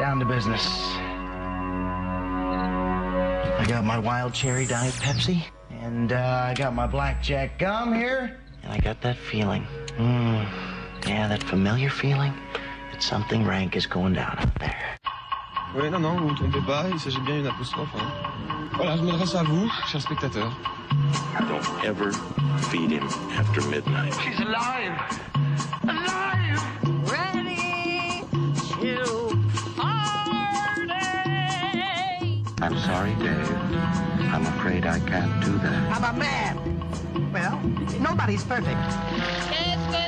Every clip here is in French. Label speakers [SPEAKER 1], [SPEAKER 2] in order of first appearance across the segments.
[SPEAKER 1] Down to business. I got my wild cherry Diet Pepsi, and I got my blackjack gum here, and I got that feeling. Yeah, that familiar feeling that something rank is going down out there.
[SPEAKER 2] Oui, non, vous ne vous trompez pas, il s'agit bien d'une apostrophe. Hein. Voilà, je m'adresse à vous, chers spectateurs.
[SPEAKER 3] Don't ever feed him after midnight.
[SPEAKER 1] She's alive! Alive!
[SPEAKER 4] Ready to party.
[SPEAKER 1] I'm sorry, Dave. I'm afraid I can't do that.
[SPEAKER 5] How about man? Well, nobody's perfect.
[SPEAKER 4] Qu'est-ce que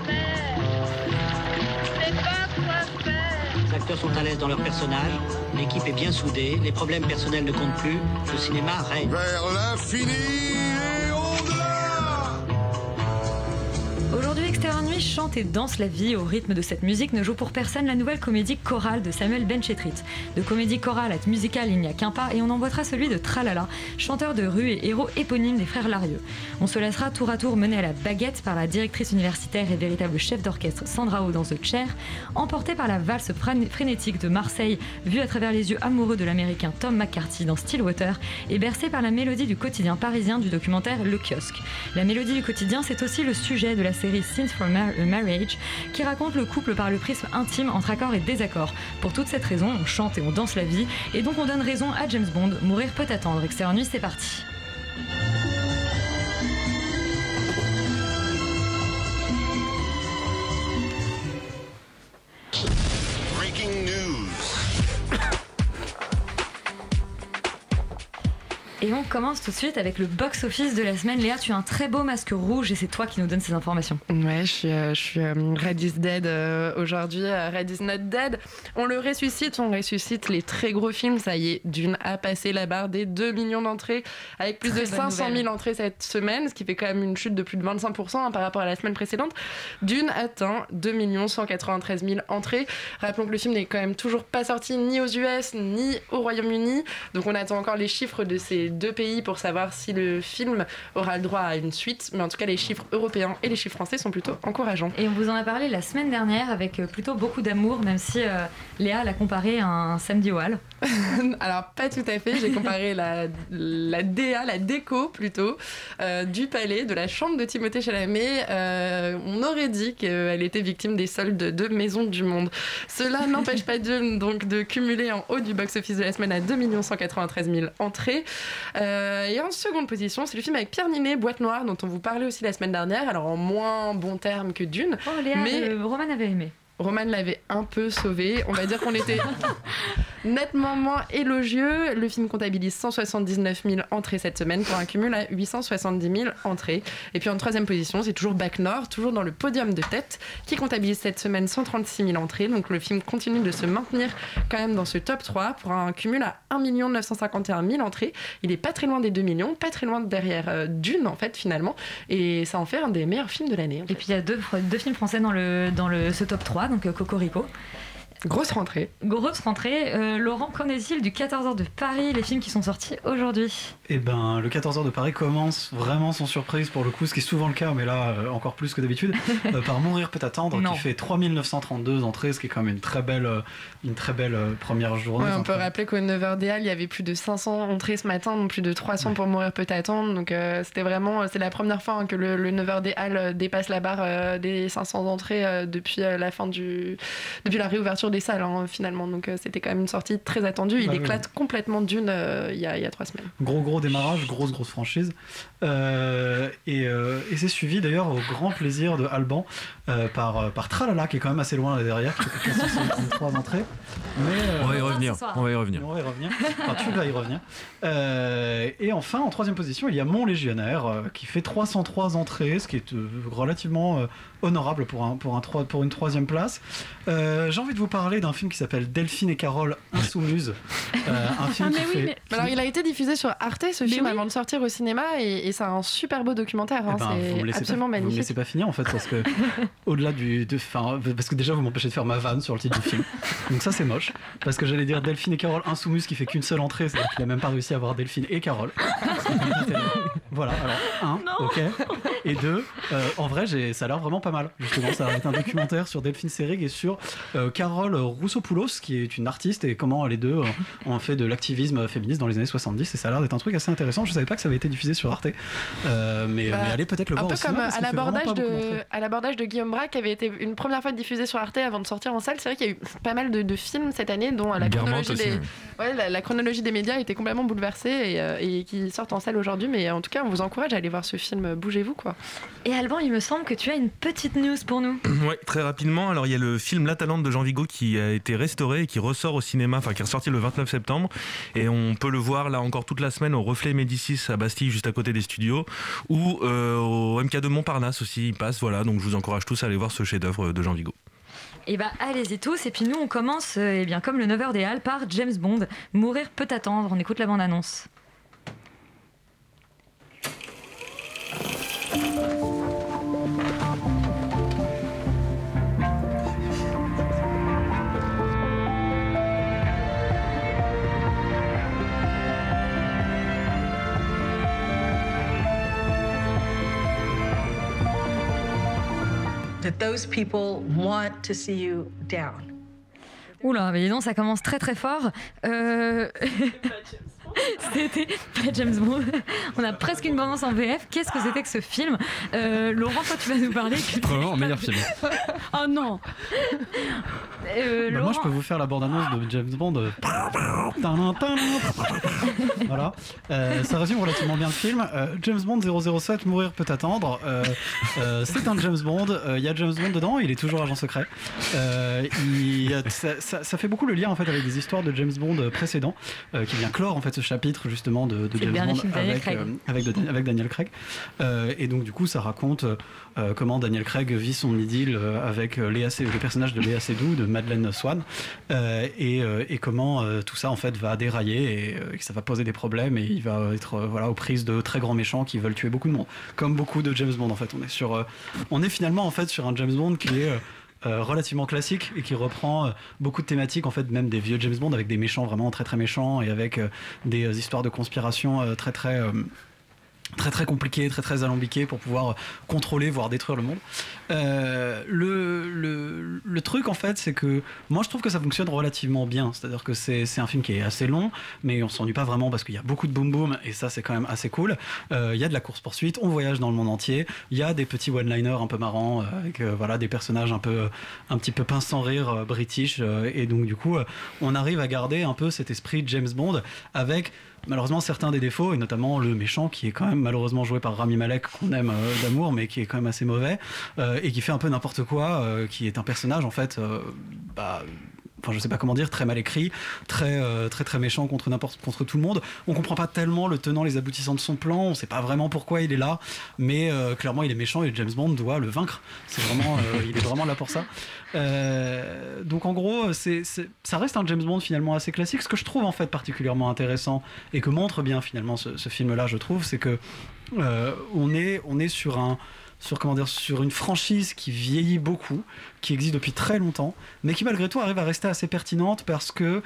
[SPEAKER 4] c'est pas quoi faire.
[SPEAKER 6] Les acteurs sont à l'aise dans leur personnage, l'équipe est bien soudée, les problèmes personnels ne comptent plus, le cinéma règne.
[SPEAKER 7] Vers l'infini et au-delà.
[SPEAKER 8] Aujourd'hui, Extérieur Nuit chante et danse la vie au rythme de cette musique ne joue pour personne la nouvelle comédie chorale de Samuel Benchetrit. De comédie chorale à musicale, il n'y a qu'un pas et on emboîtera celui de Tralala, chanteur de rue et héros éponyme des frères Larieux. On se laissera tour à tour mener à la baguette par la directrice universitaire et véritable chef d'orchestre Sandra Oh dans The Chair, emportée par la valse frénétique de Marseille, vue à travers les yeux amoureux de l'américain Tom McCarthy dans Stillwater, et bercée par la mélodie du quotidien parisien du documentaire Le Kiosque. La mélodie du quotidien, c'est aussi le sujet de la série Scenes from a Marriage, qui raconte le couple par le prisme intime entre accords et désaccords. Pour toute cette raison, on chante et on danse la vie, et donc on donne raison à James Bond. Mourir peut attendre. Extérieur Nuit, c'est parti.
[SPEAKER 7] Breaking news.
[SPEAKER 8] Et on commence tout de suite avec le box-office de la semaine. Léa, tu as un très beau masque rouge et c'est toi qui nous donne ces informations.
[SPEAKER 9] Ouais, je suis Red is Dead aujourd'hui. Red is not dead. On ressuscite les très gros films. Ça y est, Dune a passé la barre des 2 millions d'entrées avec plus de 500 000 entrées cette semaine, ce qui fait quand même une chute de plus de 25% par rapport à la semaine précédente. Dune atteint 2 193 000 entrées. Rappelons que le film n'est quand même toujours pas sorti ni aux US ni au Royaume-Uni. Donc on attend encore les chiffres de ces deux pays pour savoir si le film aura le droit à une suite, mais en tout cas les chiffres européens et les chiffres français sont plutôt encourageants.
[SPEAKER 8] Et on vous en a parlé la semaine dernière avec plutôt beaucoup d'amour, même si Léa l'a comparé à un samedi au Hall.
[SPEAKER 9] Alors pas tout à fait, j'ai comparé la déco plutôt du palais, de la chambre de Timothée Chalamet. On aurait dit qu'elle était victime des soldes de Maison du Monde. Cela n'empêche pas Dune donc de cumuler en haut du box-office de la semaine à 2 193 000 entrées. Et en seconde position, c'est le film avec Pierre Ninet, Boîte Noire, dont on vous parlait aussi la semaine dernière, alors en moins bon terme que Dune.
[SPEAKER 8] Oh Léa,
[SPEAKER 9] mais
[SPEAKER 8] Roman avait aimé.
[SPEAKER 9] Roman l'avait un peu sauvé. On va dire qu'on était nettement moins élogieux. Le film comptabilise 179 000 entrées cette semaine pour un cumul à 870 000 entrées. Et puis en troisième position, c'est toujours Bac Nord, toujours dans le podium de tête, qui comptabilise cette semaine 136 000 entrées. Donc le film continue de se maintenir quand même dans ce top 3 pour un cumul à 1 951 000 entrées. Il est pas très loin des 2 millions, pas très loin derrière Dune en fait finalement. Et ça en fait un des meilleurs films de l'année.
[SPEAKER 8] Et puis il y a deux films français dans ce top 3. Donc Cocorico.
[SPEAKER 9] Grosse rentrée.
[SPEAKER 8] Laurent, qu'en est-il du 14h de Paris, les films qui sont sortis aujourd'hui ?
[SPEAKER 10] Eh ben, le 14h de Paris commence vraiment sans surprise pour le coup, ce qui est souvent le cas, mais là encore plus que d'habitude, par Mourir peut attendre, qui fait 3 932 entrées, ce qui est quand même une très belle première journée.
[SPEAKER 9] Ouais, on peut rappeler qu'au 9h des Halles, il y avait plus de 500 entrées ce matin, donc plus de 300 pour Mourir peut attendre. Donc c'est la première fois que le 9h des Halles dépasse la barre des 500 entrées depuis depuis la réouverture des salles finalement, donc c'était quand même une sortie très attendue. Il éclate complètement Dune il y a 3 semaines.
[SPEAKER 10] Gros démarrage, grosse franchise, et c'est suivi d'ailleurs au grand plaisir de Alban par Tralala, qui est quand même assez loin là derrière, qui fait 433 entrées, mais
[SPEAKER 11] on va y revenir.
[SPEAKER 10] Enfin, tu vas y revenir. Et enfin en troisième position il y a Mon Légionnaire qui fait 303 entrées, ce qui est relativement honorable pour une troisième place. J'ai envie de vous parler d'un film qui s'appelle Delphine et Carole Insoumises. Un film
[SPEAKER 9] Alors il a été diffusé sur Arte ce film avant de sortir au cinéma et c'est un super beau documentaire. C'est absolument magnifique.
[SPEAKER 10] Vous me laissez pas finir en fait parce que au-delà parce que déjà vous m'empêchez de faire ma vanne sur le titre du film. Donc ça c'est moche parce que j'allais dire Delphine et Carole Insoumises qui fait qu'une seule entrée, c'est-à-dire qu'il a même pas réussi à avoir Delphine et Carole. Voilà, alors, ok. Et 2, en vrai, ça a l'air vraiment pas mal. Justement, ça va être un documentaire sur Delphine Seyrig et sur Carole Roussopoulos, qui est une artiste, et comment les deux ont fait de l'activisme féministe dans les années 70. Et ça a l'air d'être un truc assez intéressant. Je savais pas que ça avait été diffusé sur Arte. Mais allez peut-être le voir au cinéma.
[SPEAKER 9] Un peu comme à l'abordage de Guillaume Braque, qui avait été une première fois diffusé sur Arte avant de sortir en salle. C'est vrai qu'il y a eu pas mal de films cette année dont la chronologie des médias était complètement bouleversée et qui sortent en salle aujourd'hui. Mais en tout cas, on vous encourage à aller voir ce film. Bougez-vous, quoi.
[SPEAKER 8] Et Alban, il me semble que tu as une petite news pour nous.
[SPEAKER 11] Oui, très rapidement. Alors, il y a le film L'Atalante de Jean Vigo qui a été restauré et qui ressort au cinéma, enfin qui est ressorti le 29 septembre. Et on peut le voir là encore toute la semaine au Reflet Médicis à Bastille, juste à côté des studios, ou au MK2 Montparnasse aussi, il passe. Voilà, donc je vous encourage tous à aller voir ce chef-d'œuvre de Jean Vigo.
[SPEAKER 8] Et allez-y tous. Et puis nous, on commence, comme le 9h des Halles, par James Bond. Mourir peut attendre. On écoute la bande-annonce.
[SPEAKER 12] That those people want to see you down.
[SPEAKER 8] Oula, mais dis donc, ça commence très très fort. C'était pas James Bond. On a presque une bande-annonce en VF. Qu'est-ce que c'était que ce film? Laurent, toi, tu vas nous parler.
[SPEAKER 13] Probablement meilleur film.
[SPEAKER 8] Oh non.
[SPEAKER 10] Moi, je peux vous faire la bande-annonce de James Bond. Voilà. Ça résume relativement bien le film. James Bond 007, Mourir peut attendre. C'est un James Bond. Il y a James Bond dedans. Il est toujours agent secret. Ça fait beaucoup le lien en fait avec des histoires de James Bond précédents qui vient clore en fait ce chapitre justement de James Bond avec Daniel Craig. Et donc du coup, ça raconte comment Daniel Craig vit son idylle avec le personnage de Léa Seydoux, de Madeleine Swann, et comment tout ça en fait va dérailler et que ça va poser des problèmes et il va être aux prises de très grands méchants qui veulent tuer beaucoup de monde, comme beaucoup de James Bond en fait. On est finalement en fait sur un James Bond qui est relativement classique et qui reprend beaucoup de thématiques en fait, même des vieux James Bond avec des méchants vraiment très très méchants et avec des histoires de conspiration très très compliqué, très très alambiqué pour pouvoir contrôler, voire détruire le monde. Le truc en fait, c'est que moi je trouve que ça fonctionne relativement bien. C'est-à-dire que c'est un film qui est assez long, mais on s'ennuie pas vraiment parce qu'il y a beaucoup de boom boom et ça c'est quand même assez cool. Il y a de la course poursuite, on voyage dans le monde entier. Il y a des petits one-liners un peu marrants avec des personnages un petit peu pince sans rire british et donc du coup on arrive à garder un peu cet esprit James Bond avec malheureusement certains des défauts et notamment le méchant qui est quand même malheureusement joué par Rami Malek qu'on aime d'amour mais qui est quand même assez mauvais et qui fait un peu n'importe quoi qui est un personnage en fait je sais pas comment dire, très mal écrit, très méchant contre tout le monde. On comprend pas tellement le tenant, les aboutissants de son plan, on sait pas vraiment pourquoi il est là, mais clairement il est méchant et James Bond doit le vaincre. C'est vraiment, il est vraiment là pour ça. Donc en gros, ça reste un James Bond finalement assez classique. Ce que je trouve en fait particulièrement intéressant et que montre bien finalement ce film-là, je trouve, c'est que on est sur une franchise qui vieillit beaucoup, qui existe depuis très longtemps, mais qui malgré tout arrive à rester assez pertinente parce que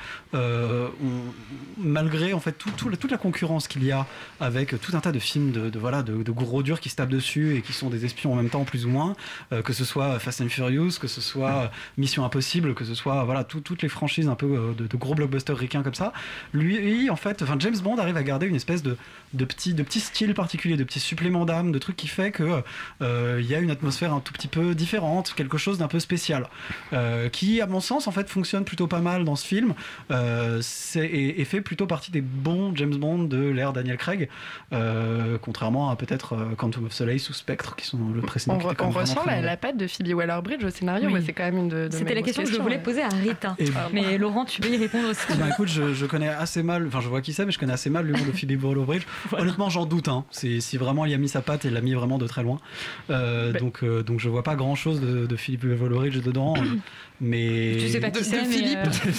[SPEAKER 10] malgré en fait toute la concurrence qu'il y a avec tout un tas de films de gros durs qui se tapent dessus et qui sont des espions en même temps plus ou moins, que ce soit Fast and Furious, que ce soit Mission Impossible, que ce soit toutes les franchises un peu de gros blockbusters ricains comme ça. Lui en fait, James Bond arrive à garder une espèce de petit style particulier, de petits suppléments d'âme, de trucs qui fait que il y a une atmosphère un tout petit peu différente, quelque chose d'un peu spécial, qui à mon sens en fait fonctionne plutôt pas mal dans ce film et fait plutôt partie des bons James Bond de l'ère Daniel Craig, contrairement à peut-être Quantum of Solace ou Spectre qui sont le précédent.
[SPEAKER 9] On ressent la patte de Phoebe Waller-Bridge au scénario, mais c'est quand même une de
[SPEAKER 8] C'était la question que je voulais poser à Rita, mais Laurent tu peux y répondre aussi.
[SPEAKER 10] Écoute, je connais assez mal, je vois qui c'est, mais je connais assez mal l'humour de Phoebe Waller-Bridge. Voilà. Honnêtement j'en doute, si vraiment il a mis sa patte et l'a mis vraiment de très loin. Donc je vois pas grand chose de Philippe Waller-Bridge dedans. Mais
[SPEAKER 8] Tu sais pas qui c'est, Philippe.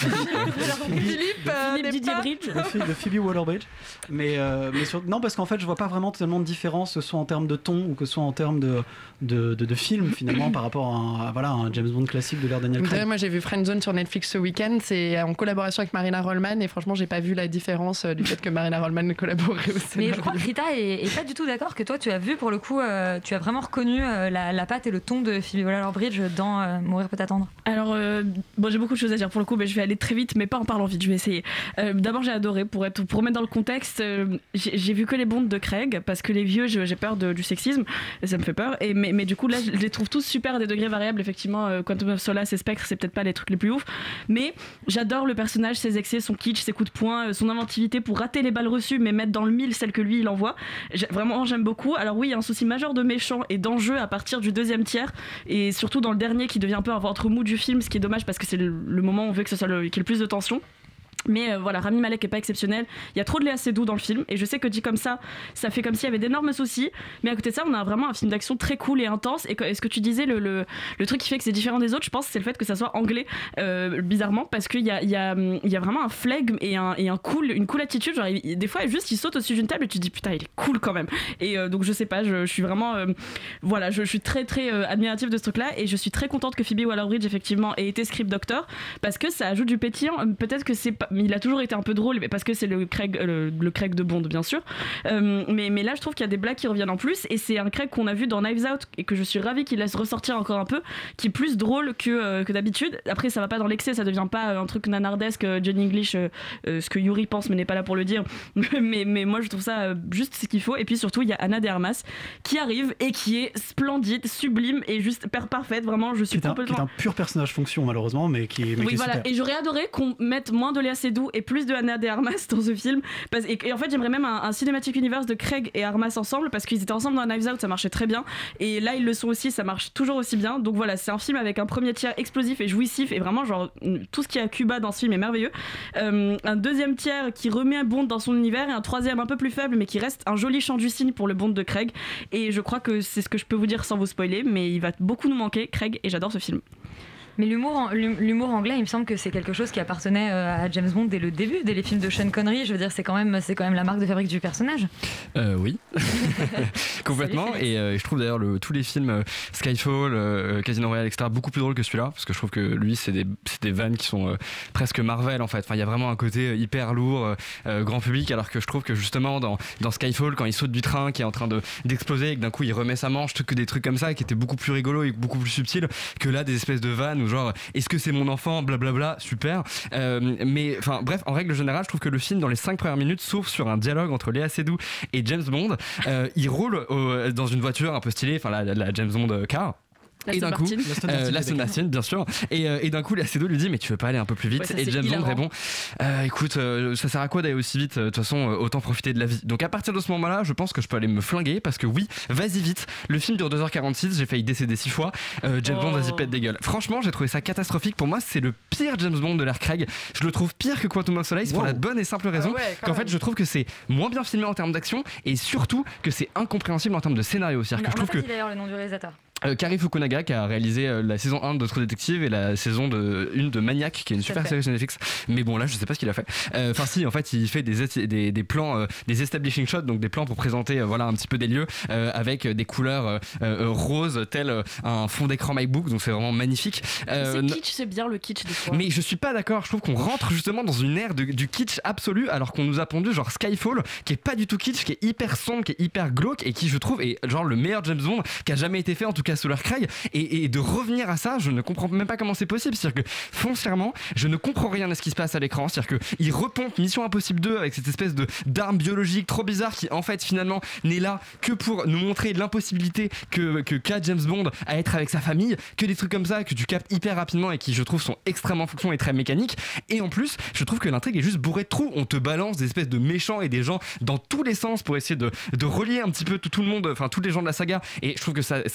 [SPEAKER 9] Philippe
[SPEAKER 8] Didier Bridge.
[SPEAKER 10] De Phoebe Waller-Bridge. Mais non, parce qu'en fait, je vois pas vraiment tellement de différence, que ce soit en termes de ton ou que ce soit en termes de film, finalement, par rapport à un James Bond classique de l'ère Daniel Craig.
[SPEAKER 9] Moi, j'ai vu Friendzone sur Netflix ce week-end. C'est en collaboration avec Marina Rollman. Et franchement, j'ai pas vu la différence du fait que Marina Rollman collaborait au scénario.
[SPEAKER 8] Mais je crois que Rita est pas du tout d'accord, que toi, tu as vu, pour le coup, tu as vraiment reconnu la patte et le ton de Phoebe Waller-Bridge dans Mourir peut attendre.
[SPEAKER 13] Alors, j'ai beaucoup de choses à dire pour le coup, mais je vais aller très vite, mais pas en parlant vite, je vais essayer. D'abord, j'ai adoré, pour remettre dans le contexte, j'ai vu que les Bonds de Craig, parce que les vieux, j'ai peur du sexisme, et ça me fait peur, mais du coup, là, je les trouve tous super à des degrés variables, effectivement, Quantum of Solace et Spectre, c'est peut-être pas les trucs les plus ouf, mais j'adore le personnage, ses excès, son kitsch, ses coups de poing, son inventivité pour rater les balles reçues, mais mettre dans le mille celles que lui, il envoie. Vraiment, j'aime beaucoup. Alors oui, il y a un souci majeur de méchant et d'enjeu à partir du deuxième tiers, et surtout dans le dernier qui devient un peu un ventre mou du film, ce qui est dommage parce que c'est le moment où on veut que ce soit qu'il y ait le plus de tension. Mais voilà, Rami Malek est pas exceptionnel. Il y a trop de Léa Seydoux dans le film, et je sais que dit comme ça fait comme s'il y avait d'énormes soucis. Mais à côté de ça, on a vraiment un film d'action très cool et intense. Et ce que tu disais, le truc qui fait que c'est différent des autres, je pense, c'est le fait que ça soit anglais, bizarrement, parce qu'il y a vraiment un flegme et une cool attitude. Genre, des fois, il saute au-dessus d'une table et tu te dis putain, il est cool quand même. Et donc je sais pas, je suis vraiment, je suis très très admirative de ce truc-là, et je suis très contente que Phoebe Waller-Bridge effectivement ait été script doctor, parce que ça ajoute du pétillant. Peut-être que c'est pas, il a toujours été un peu drôle, parce que c'est le Craig de Bond, bien sûr. Mais là, je trouve qu'il y a des blagues qui reviennent en plus, et c'est un Craig qu'on a vu dans Knives Out, et que je suis ravie qu'il laisse ressortir encore un peu, qui est plus drôle que d'habitude. Après, ça va pas dans l'excès, ça devient pas un truc nanardesque, Johnny English, ce que Yuri pense, mais n'est pas là pour le dire. mais moi, je trouve ça juste ce qu'il faut. Et puis surtout, il y a Ana de Armas qui arrive et qui est splendide, sublime et juste parfaite. Vraiment, je suis complètement...
[SPEAKER 10] Qui est un pur personnage fonction, malheureusement, mais qui est
[SPEAKER 13] voilà.
[SPEAKER 10] super.
[SPEAKER 13] Et j'aurais adoré qu'on mette moins de Léa Seydoux et plus de Ana de Armas dans ce film, et en fait j'aimerais même un cinématique universe de Craig et Armas ensemble, parce qu'ils étaient ensemble dans Knives Out, ça marchait très bien, et là ils le sont aussi, ça marche toujours aussi bien. Donc voilà, c'est un film avec un premier tiers explosif et jouissif, et vraiment genre tout ce qu'il y a à Cuba dans ce film est merveilleux, un deuxième tiers qui remet un Bond dans son univers, et un troisième un peu plus faible mais qui reste un joli chant du cygne pour le Bond de Craig. Et je crois que c'est ce que je peux vous dire sans vous spoiler, mais il va beaucoup nous manquer, Craig, et j'adore ce film.
[SPEAKER 8] Mais l'humour anglais, il me semble que c'est quelque chose qui appartenait à James Bond dès le début, dès les films de Sean Connery. Je veux dire, c'est quand même la marque de fabrique du personnage.
[SPEAKER 14] Oui, complètement. Et je trouve d'ailleurs tous les films Skyfall, Casino Royale, etc., beaucoup plus drôles que celui-là, parce que je trouve que lui, c'est des vannes qui sont presque Marvel en fait. Enfin, il y a vraiment un côté hyper lourd, grand public, alors que je trouve que justement dans Skyfall, quand il saute du train qui est en train d'exploser et que d'un coup il remet sa manche, que des trucs comme ça qui étaient beaucoup plus rigolos et beaucoup plus subtils que là, des espèces de vannes ou genre est-ce que c'est mon enfant, blablabla, super. Mais enfin bref, en règle générale, je trouve que le film dans les 5 premières minutes s'ouvre sur un dialogue entre Léa Seydoux et James Bond. Il roule dans une voiture un peu stylée, enfin la James Bond car. Et d'un coup, l'Aston Martin, bien sûr. Et d'un coup, Léa Seydoux lui dit mais tu veux pas aller un peu plus vite? Et James Bond répond écoute, ça sert à quoi d'aller aussi vite? De toute façon, autant profiter de la vie. Donc à partir de ce moment-là, je pense que je peux aller me flinguer, parce que oui, vas-y vite. Le film dure 2h46, j'ai failli décéder 6 fois. James Bond, vas-y, pète des gueules. Franchement, j'ai trouvé ça catastrophique. Pour moi, c'est le pire James Bond de l'ère Craig. Je le trouve pire que Quantum of Solace, pour la bonne et simple raison qu'en fait, je trouve que c'est moins bien filmé en termes d'action, et surtout que c'est incompréhensible en termes de scénario. C'est-à-dire que je trouve que
[SPEAKER 8] d'ailleurs le nom du réalisateur.
[SPEAKER 14] Kari Fukunaga, qui a réalisé la saison 1 de True Detective et la saison 1 de Maniac, qui est une super série sur Netflix. Mais bon, là je sais pas ce qu'il a fait. Enfin si, en fait il fait des plans, des establishing shots, donc des plans pour présenter un petit peu des lieux, avec des couleurs roses tel un fond d'écran MacBook, donc c'est vraiment magnifique.
[SPEAKER 13] C'est kitsch, c'est bien le kitsch des fois.
[SPEAKER 14] Mais je suis pas d'accord, je trouve qu'on rentre justement dans une ère du kitsch absolu, alors qu'on nous a pondu genre Skyfall, qui est pas du tout kitsch, qui est hyper sombre, qui est hyper glauque, et qui je trouve est genre le meilleur James Bond qui a jamais été fait, en tout cas sous leur Craig. Et de revenir à ça, je ne comprends même pas comment c'est possible. C'est-à-dire que foncièrement, je ne comprends rien à ce qui se passe à l'écran. C'est-à-dire qu'il repompe Mission Impossible 2 avec cette espèce d'arme biologique trop bizarre qui en fait finalement n'est là que pour nous montrer l'impossibilité qu'a James Bond à être avec sa famille, que des trucs comme ça que tu captes hyper rapidement et qui je trouve sont extrêmement fonctionnels et très mécaniques. Et en plus, je trouve que l'intrigue est juste bourrée de trous. On te balance des espèces de méchants et des gens dans tous les sens pour essayer de relier un petit peu tout le monde, enfin tous les gens de la saga, et je trouve que ça hyper forcé.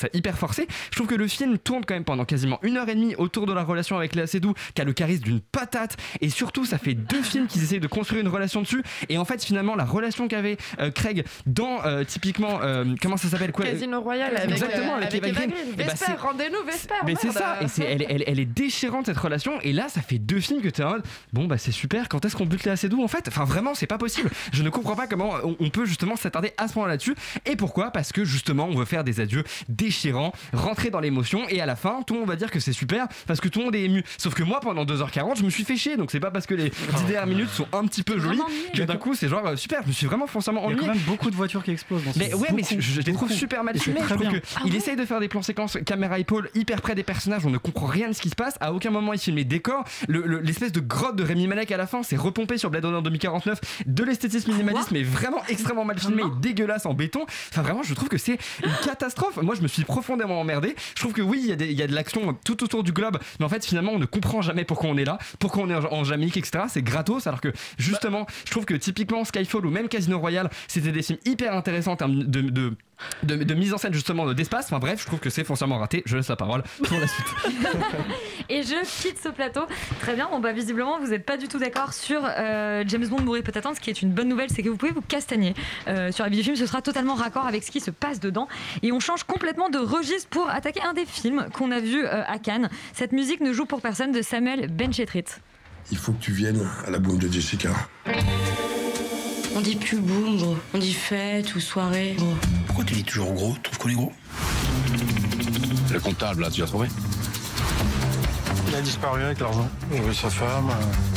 [SPEAKER 14] forcé. Je trouve que le film tourne quand même pendant quasiment 1h30 autour de la relation avec Léa Seydoux, qui a le charisme d'une patate, et surtout ça fait 2 films qu'ils essayent de construire une relation dessus, et en fait finalement la relation qu'avait Craig dans typiquement comment ça s'appelle quoi
[SPEAKER 9] Casino Royale
[SPEAKER 14] exactement avec Eva Green.
[SPEAKER 9] Vesper, rendez-nous Vesper.
[SPEAKER 14] Mais c'est ça, et elle est déchirante cette relation, et là ça fait 2 films que t'es en mode bon bah c'est super, quand est-ce qu'on bute Léa Seydoux en fait, enfin vraiment c'est pas possible. Je ne comprends pas comment on peut justement s'attarder à ce moment là-dessus, et pourquoi, parce que justement on veut faire des adieux déchirants, rentrer dans l'émotion, et à la fin tout le monde va dire que c'est super parce que tout le monde est ému, sauf que moi pendant 2h40 je me suis fait chier, donc c'est pas parce que les 10 dernières minutes sont un petit peu jolies que d'un coup c'est genre super, je me suis vraiment foncièrement ennuyé.
[SPEAKER 10] Il y a quand même beaucoup de voitures qui explosent dans ce film.
[SPEAKER 14] Mais ouais, mais je les trouve super mal filmés. Je trouve qu'il essaye de faire des plans séquences caméra épaule hyper près des personnages, on ne comprend rien de ce qui se passe, à aucun moment il filme les décors, l'espèce de grotte de Rémi Malek à la fin c'est repompé sur Blade Runner 2049, de l'esthétisme minimaliste mais vraiment extrêmement mal filmé et dégueulasse en béton. Enfin vraiment je trouve que c'est une catastrophe. Moi je me suis profondément emmerdé. Je trouve que oui il y a de l'action tout autour du globe, mais en fait finalement on ne comprend jamais pourquoi on est là, pourquoi on est en Jamaïque, etc. C'est gratos, alors que justement je trouve que typiquement Skyfall ou même Casino Royale c'était des films hyper intéressants en termes de mise en scène justement d'espace. Enfin bref, je trouve que c'est foncièrement raté. Je laisse la parole pour la suite.
[SPEAKER 8] Et je quitte ce plateau. Très bien, bon bah visiblement vous n'êtes pas du tout d'accord sur James Bond mourir peut attendre. Ce qui est une bonne nouvelle, c'est que vous pouvez vous castagner sur la vie du film, ce sera totalement raccord avec ce qui se passe dedans. Et on change complètement de registre pour attaquer un des films qu'on a vu à Cannes. Cette musique ne joue pour personne de Samuel Benchetrit.
[SPEAKER 7] Il faut que tu viennes à la boum de Jessica.
[SPEAKER 15] On dit plus boum, gros. On dit fête ou soirée, gros.
[SPEAKER 7] Pourquoi tu dis toujours gros? Tu trouves qu'on est gros? Le comptable, là, tu l'as trouvé?
[SPEAKER 2] Il a disparu avec l'argent. Oui, sa femme.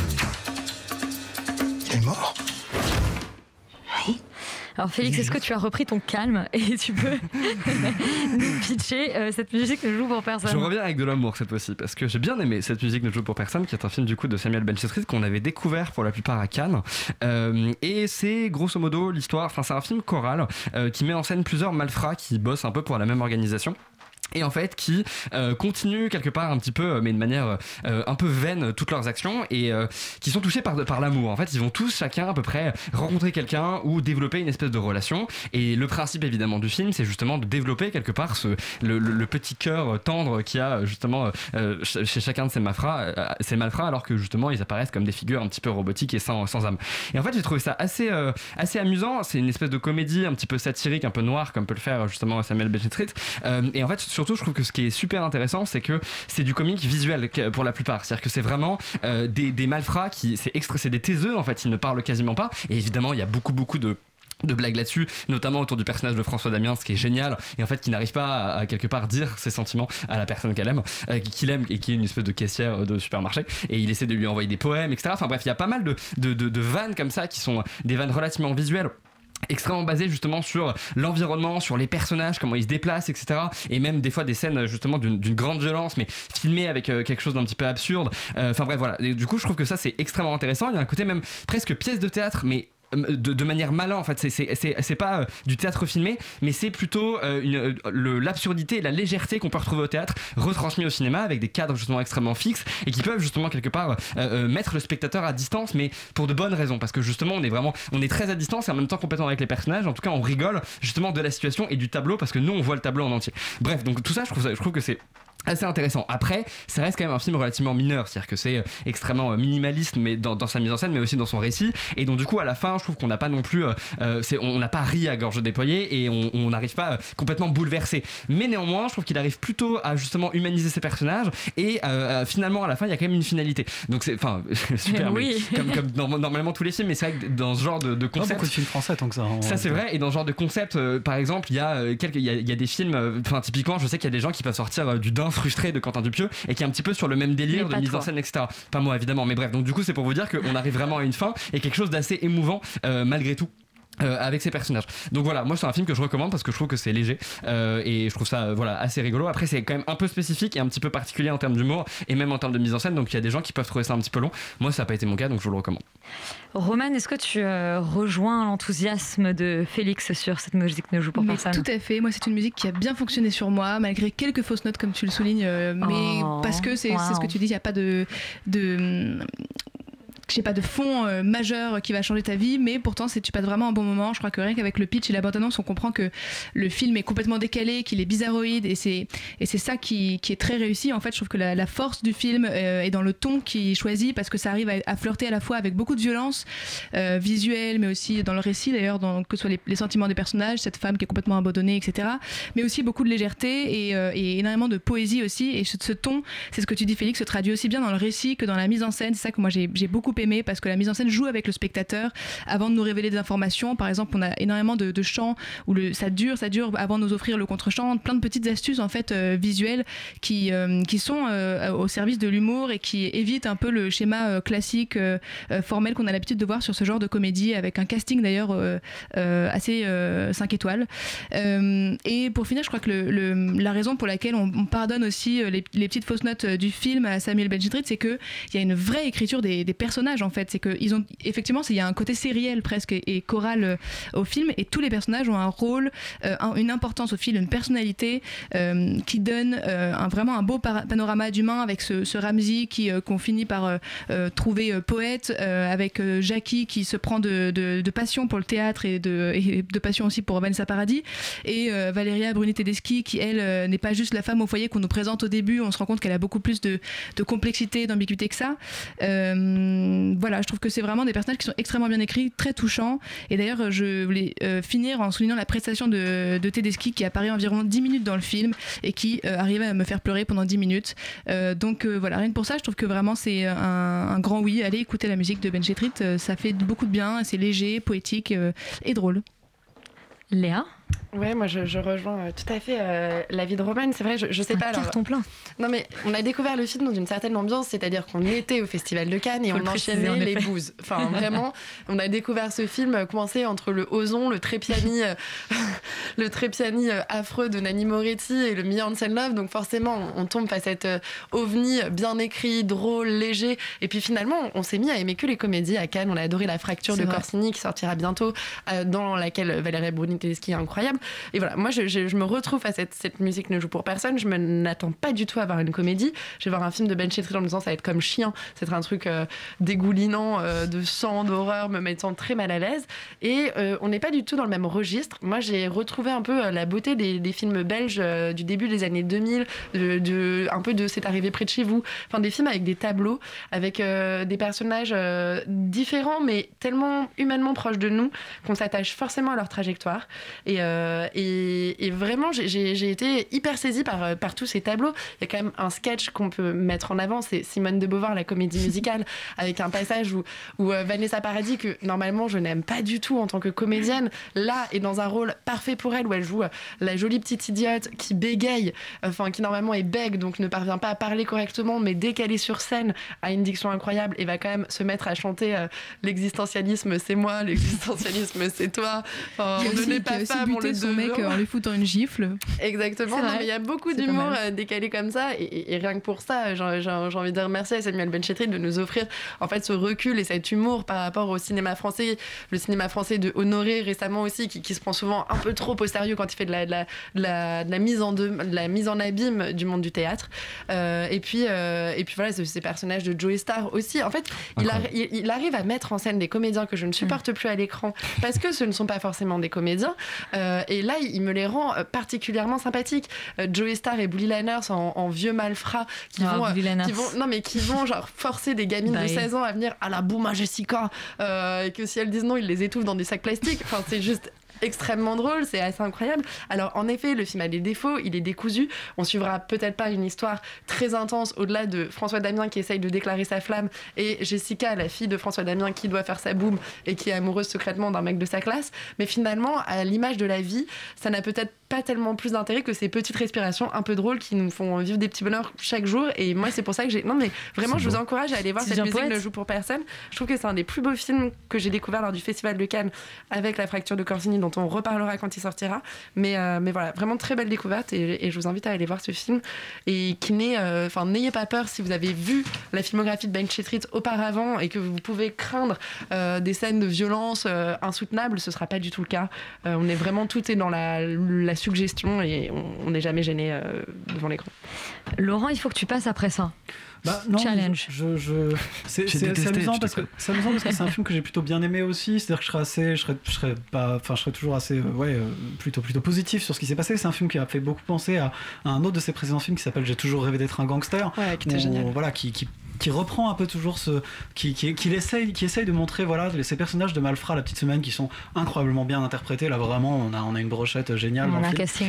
[SPEAKER 7] Il est mort.
[SPEAKER 8] Alors Félix, est-ce que tu as repris ton calme et tu peux nous pitcher cette musique ne joue pour personne?
[SPEAKER 14] Je reviens avec de l'amour cette fois-ci, parce que j'ai bien aimé cette musique ne joue pour personne, qui est un film du coup de Samuel Benchetrit qu'on avait découvert pour la plupart à Cannes, et c'est grosso modo l'histoire, enfin c'est un film choral qui met en scène plusieurs malfrats qui bossent un peu pour la même organisation. Et en fait qui continuent quelque part un petit peu mais de manière un peu vaine toutes leurs actions, et qui sont touchés par l'amour. En fait ils vont tous chacun à peu près rencontrer quelqu'un ou développer une espèce de relation, et le principe évidemment du film c'est justement de développer quelque part le petit cœur tendre qu'il y a justement chez chacun de ces malfrats, alors que justement ils apparaissent comme des figures un petit peu robotiques et sans âme. Et en fait j'ai trouvé ça assez amusant. C'est une espèce de comédie un petit peu satirique, un peu noire, comme peut le faire justement Samuel Benchetrit, et en fait surtout je trouve que ce qui est super intéressant c'est que c'est du comique visuel pour la plupart, c'est-à-dire que c'est vraiment des malfrats c'est des taiseux en fait, ils ne parlent quasiment pas, et évidemment il y a beaucoup de blagues là-dessus, notamment autour du personnage de François Damiens, ce qui est génial, et en fait qui n'arrive pas à quelque part dire ses sentiments à la personne qu'il aime et qui est une espèce de caissière de supermarché, et il essaie de lui envoyer des poèmes, etc. Enfin bref, il y a pas mal de vannes comme ça qui sont des vannes relativement visuelles, extrêmement basé justement sur l'environnement, sur les personnages, comment ils se déplacent, etc. Et même des fois des scènes justement d'une grande violence, mais filmées avec quelque chose d'un petit peu absurde. Enfin bref, voilà. Et du coup, je trouve que ça c'est extrêmement intéressant. Il y a un côté même presque pièce de théâtre, mais de manière malin en fait, c'est pas du théâtre filmé, mais c'est plutôt l'absurdité et la légèreté qu'on peut retrouver au théâtre retransmis au cinéma, avec des cadres justement extrêmement fixes et qui peuvent justement quelque part mettre le spectateur à distance, mais pour de bonnes raisons, parce que justement on est très à distance et en même temps complètement avec les personnages. En tout cas on rigole justement de la situation et du tableau, parce que nous on voit le tableau en entier. Bref, donc tout ça je trouve que c'est assez intéressant. Après, ça reste quand même un film relativement mineur, c'est-à-dire que c'est extrêmement minimaliste, mais dans sa mise en scène, mais aussi dans son récit. Et donc du coup, à la fin, je trouve qu'on n'a pas non plus, on n'a pas ri à gorge déployée, et on n'arrive pas complètement bouleversé. Mais néanmoins, je trouve qu'il arrive plutôt à justement humaniser ses personnages, et finalement, à la fin, il y a quand même une finalité. Donc c'est, enfin, super,
[SPEAKER 8] oui.
[SPEAKER 14] comme normalement tous les films, mais c'est vrai que dans ce genre de concept,
[SPEAKER 10] pas beaucoup de films français tant que ça.
[SPEAKER 14] Ça c'est vrai. Et dans ce genre de concept, par exemple, il y a des films, enfin typiquement, je sais qu'il y a des gens qui peuvent sortir du Dain frustré de Quentin Dupieux, et qui est un petit peu sur le même délire de mise en scène, etc. Pas moi évidemment, mais bref, donc du coup c'est pour vous dire qu'on arrive vraiment à une fin et quelque chose d'assez émouvant malgré tout. Avec ses personnages. Donc voilà, moi c'est un film que je recommande parce que je trouve que c'est léger, et je trouve ça assez rigolo. Après c'est quand même un peu spécifique et un petit peu particulier en termes d'humour et même en termes de mise en scène, donc il y a des gens qui peuvent trouver ça un petit peu long. Moi ça n'a pas été mon cas, donc je vous le recommande.
[SPEAKER 8] Roman, est-ce que tu rejoins l'enthousiasme de Félix sur cette musique ne joue pour personne?
[SPEAKER 16] Tout à fait, moi c'est une musique qui a bien fonctionné sur moi malgré quelques fausses notes comme tu le soulignes, mais parce que c'est ce que tu dis, il n'y a pas de je sais pas, de fond majeur qui va changer ta vie, mais pourtant tu passes vraiment un bon moment. Je crois que rien qu'avec le pitch et la bande-annonce, on comprend que le film est complètement décalé, qu'il est bizarroïde, et c'est ça qui est très réussi. En fait, je trouve que la force du film est dans le ton qu'il choisit, parce que ça arrive à flirter à la fois avec beaucoup de violence visuelle, mais aussi dans le récit d'ailleurs, que ce soit les sentiments des personnages, cette femme qui est complètement abandonnée, etc. Mais aussi beaucoup de légèreté et énormément de poésie aussi. Et ce ton, c'est ce que tu dis Félix, se traduit aussi bien dans le récit que dans la mise en scène. C'est ça que moi j'ai beaucoup aimé, parce que la mise en scène joue avec le spectateur avant de nous révéler des informations. Par exemple, on a énormément de chants où ça dure avant de nous offrir le contre-chant, plein de petites astuces en fait visuelles qui sont au service de l'humour et qui évitent un peu le schéma classique formel qu'on a l'habitude de voir sur ce genre de comédie, avec un casting d'ailleurs assez 5 étoiles. Et pour finir, je crois que la raison pour laquelle on pardonne aussi les petites fausses notes du film à Samuel Benchetrit, c'est qu'il y a une vraie écriture des personnages en fait. C'est qu'ils ont effectivement, il y a un côté sériel presque et choral au film, et tous les personnages ont un rôle, une importance au film, une personnalité qui donne vraiment un beau panorama d'humain, avec ce Ramsey qu'on finit par trouver poète, avec Jackie qui se prend de passion pour le théâtre et de passion aussi pour Vanessa Paradis, et Valéria Bruni Tedeschi qui elle n'est pas juste la femme au foyer qu'on nous présente au début. On se rend compte qu'elle a beaucoup plus de complexité, d'ambiguïté que ça. Voilà, je trouve que c'est vraiment des personnages qui sont extrêmement bien écrits, très touchants. Et d'ailleurs, je voulais finir en soulignant la prestation de Tedeschi, qui apparaît environ 10 minutes dans le film et qui arrivait à me faire pleurer pendant 10 minutes. Donc voilà, rien que pour ça, je trouve que vraiment c'est un grand oui. Allez écouter la musique de Benchetrit, ça fait beaucoup de bien, c'est léger, poétique et drôle.
[SPEAKER 8] Léa ?
[SPEAKER 9] Ouais, moi je rejoins tout à fait la vie de Roman. C'est vrai, je sais pas.
[SPEAKER 8] Carton plein.
[SPEAKER 9] Non, mais on a découvert le film dans une certaine ambiance, c'est-à-dire qu'on était au Festival de Cannes et on enchaînait les bouses. Enfin, vraiment, on a découvert ce film commencé entre le Ozon, le Trépiani affreux de Nanni Moretti et le Mi Hansen Love. Donc forcément, on tombe face à cet ovni bien écrit, drôle, léger. Et puis finalement, on s'est mis à aimer que les comédies à Cannes. On a adoré La Fracture de Corsini qui sortira bientôt, dans laquelle Valéria Bruni Tedeschi est incroyable. Et voilà, moi je me retrouve à cette musique ne joue pour personne. Je n'attends pas du tout à voir une comédie. Je vais voir un film de Benchetrit en me disant ça va être comme Chien. C'est un truc dégoulinant de sang, d'horreur, me mettant très mal à l'aise. Et on n'est pas du tout dans le même registre. Moi j'ai retrouvé un peu la beauté des films belges du début des années 2000, un peu de C'est arrivé près de chez vous. Enfin, des films avec des tableaux, avec des personnages différents, mais tellement humainement proches de nous qu'on s'attache forcément à leur trajectoire. Et vraiment, j'ai été hyper saisie par tous ces tableaux. Il y a quand même un sketch qu'on peut mettre en avant, c'est Simone de Beauvoir, la comédie musicale, avec un passage où Vanessa Paradis, que normalement je n'aime pas du tout en tant que comédienne, là est dans un rôle parfait pour elle, où elle joue la jolie petite idiote qui bégaye, enfin qui normalement est bègue, donc ne parvient pas à parler correctement, mais dès qu'elle est sur scène, a une diction incroyable et va quand même se mettre à chanter l'existentialisme c'est moi, l'existentialisme c'est toi, enfin, on ne n'est pas femme, on le
[SPEAKER 16] son mec en lui foutant une gifle.
[SPEAKER 9] Exactement, non, mais il y a beaucoup d'humour décalé comme ça, et rien que pour ça, j'ai envie de dire merci à Samuel Benchetrit de nous offrir en fait ce recul et cet humour par rapport au cinéma français, le cinéma français de Honoré récemment aussi, qui se prend souvent un peu trop au sérieux quand il fait de la mise en abîme du monde du théâtre. Et puis voilà, ces personnages de Joey Starr aussi. En fait, il arrive à mettre en scène des comédiens que je ne supporte plus à l'écran parce que ce ne sont pas forcément des comédiens. Et là, il me les rend particulièrement sympathiques. Joey Starr et Bully Lanners en vieux malfrats qui vont genre forcer des gamines de 16 ans à venir à la Bouma Jessica, et que si elles disent non, ils les étouffent dans des sacs plastiques. Enfin, c'est juste extrêmement drôle, c'est assez incroyable. Alors en effet, le film a des défauts, il est décousu, on suivra peut-être pas une histoire très intense au-delà de François Damien qui essaye de déclarer sa flamme et Jessica, la fille de François Damien, qui doit faire sa boum et qui est amoureuse secrètement d'un mec de sa classe, mais finalement à l'image de la vie, ça n'a peut-être pas tellement plus d'intérêt que ces petites respirations un peu drôles qui nous font vivre des petits bonheurs chaque jour. Et moi c'est pour ça que je vous encourage à aller voir cette musique ne joue pour personne. Je trouve que c'est un des plus beaux films que j'ai découvert lors du Festival de Cannes, avec La Fracture de Corsini dont on reparlera quand il sortira, mais voilà, vraiment très belle découverte, et je vous invite à aller voir ce film, et n'ayez pas peur si vous avez vu la filmographie de Benchetrit auparavant et que vous pouvez craindre des scènes de violence insoutenables, ce sera pas du tout le cas. Tout est dans la suggestion, et on n'est jamais gêné devant l'écran.
[SPEAKER 8] Laurent, il faut que tu passes après ça.
[SPEAKER 10] Non,
[SPEAKER 8] challenge.
[SPEAKER 10] C'est amusant parce que c'est un film que j'ai plutôt bien aimé aussi. C'est-à-dire que je serais toujours assez plutôt positif sur ce qui s'est passé. C'est un film qui a fait beaucoup penser à un autre de ses précédents films qui s'appelle J'ai toujours rêvé d'être un gangster.
[SPEAKER 9] Ouais, qui était génial.
[SPEAKER 10] Voilà, qui reprend un peu toujours qui essaye de montrer ces personnages de Malfrat, la petite semaine, qui sont incroyablement bien interprétés. Là vraiment on a une brochette géniale dans
[SPEAKER 8] On
[SPEAKER 10] le
[SPEAKER 8] a un
[SPEAKER 10] film.
[SPEAKER 8] casting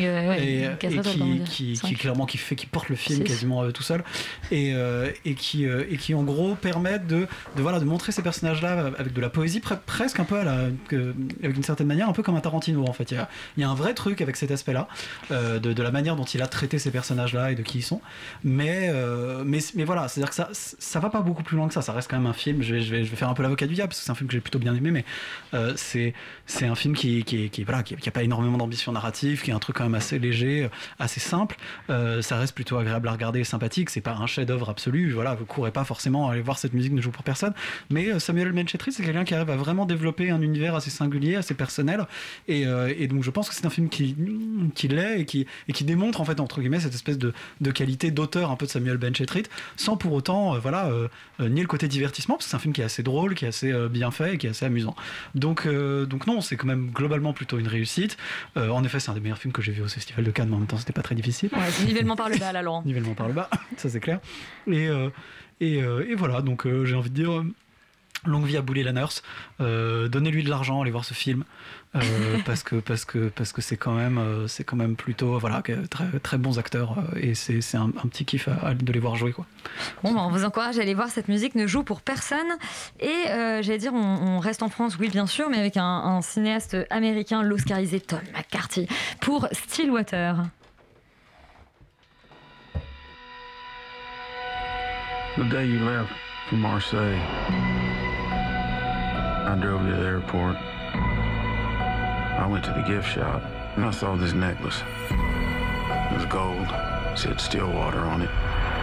[SPEAKER 10] qui porte le film quasiment tout seul et qui en gros permettent de montrer ces personnages là avec de la poésie presque un peu avec une certaine manière un peu comme un Tarantino en fait. Il y a un vrai truc avec cet aspect là de la manière dont il a traité ces personnages là et de qui ils sont, mais voilà, c'est à dire que ça va pas beaucoup plus loin que ça. Ça reste quand même un film. Je vais faire un peu l'avocat du diable parce que c'est un film que j'ai plutôt bien aimé, mais c'est un film qui a pas énormément d'ambition narrative, qui est un truc quand même assez léger, assez simple. Ça reste plutôt agréable à regarder et sympathique. C'est pas un chef-d'œuvre absolu. Voilà, vous courez pas forcément à aller voir cette musique ne joue pour personne. Mais Samuel Benchetrit, c'est quelqu'un qui arrive à vraiment développer un univers assez singulier, assez personnel. Et donc je pense que c'est un film qui l'est et qui démontre en fait entre guillemets cette espèce de qualité d'auteur un peu de Samuel Benchetrit, sans pour autant nier le côté divertissement, parce que c'est un film qui est assez drôle, qui est assez bien fait et qui est assez amusant. Donc non, c'est quand même globalement plutôt une réussite. En effet, c'est un des meilleurs films que j'ai vu au Festival de Cannes, mais en même temps, c'était pas très difficile.
[SPEAKER 8] Ouais, c'est nivellement par le bas, là, Laurent.
[SPEAKER 10] Nivellement par le bas, ça c'est clair. Et voilà, donc j'ai envie de dire, longue vie à Boulay la Nurse. Donnez-lui de l'argent, allez voir ce film. Parce que c'est quand même plutôt très, très bons acteurs et c'est un petit kiff de les voir jouer quoi.
[SPEAKER 8] Bon, on vous encourage à aller voir Cette musique ne joue pour personne. Et j'allais dire, on reste en France, oui bien sûr, mais avec un cinéaste américain, l'oscarisé Tom McCarthy, pour Stillwater.
[SPEAKER 3] The day you left for Marseille, I drove to the airport. I went to the gift shop and I saw this necklace. It was gold, it said Stillwater on it.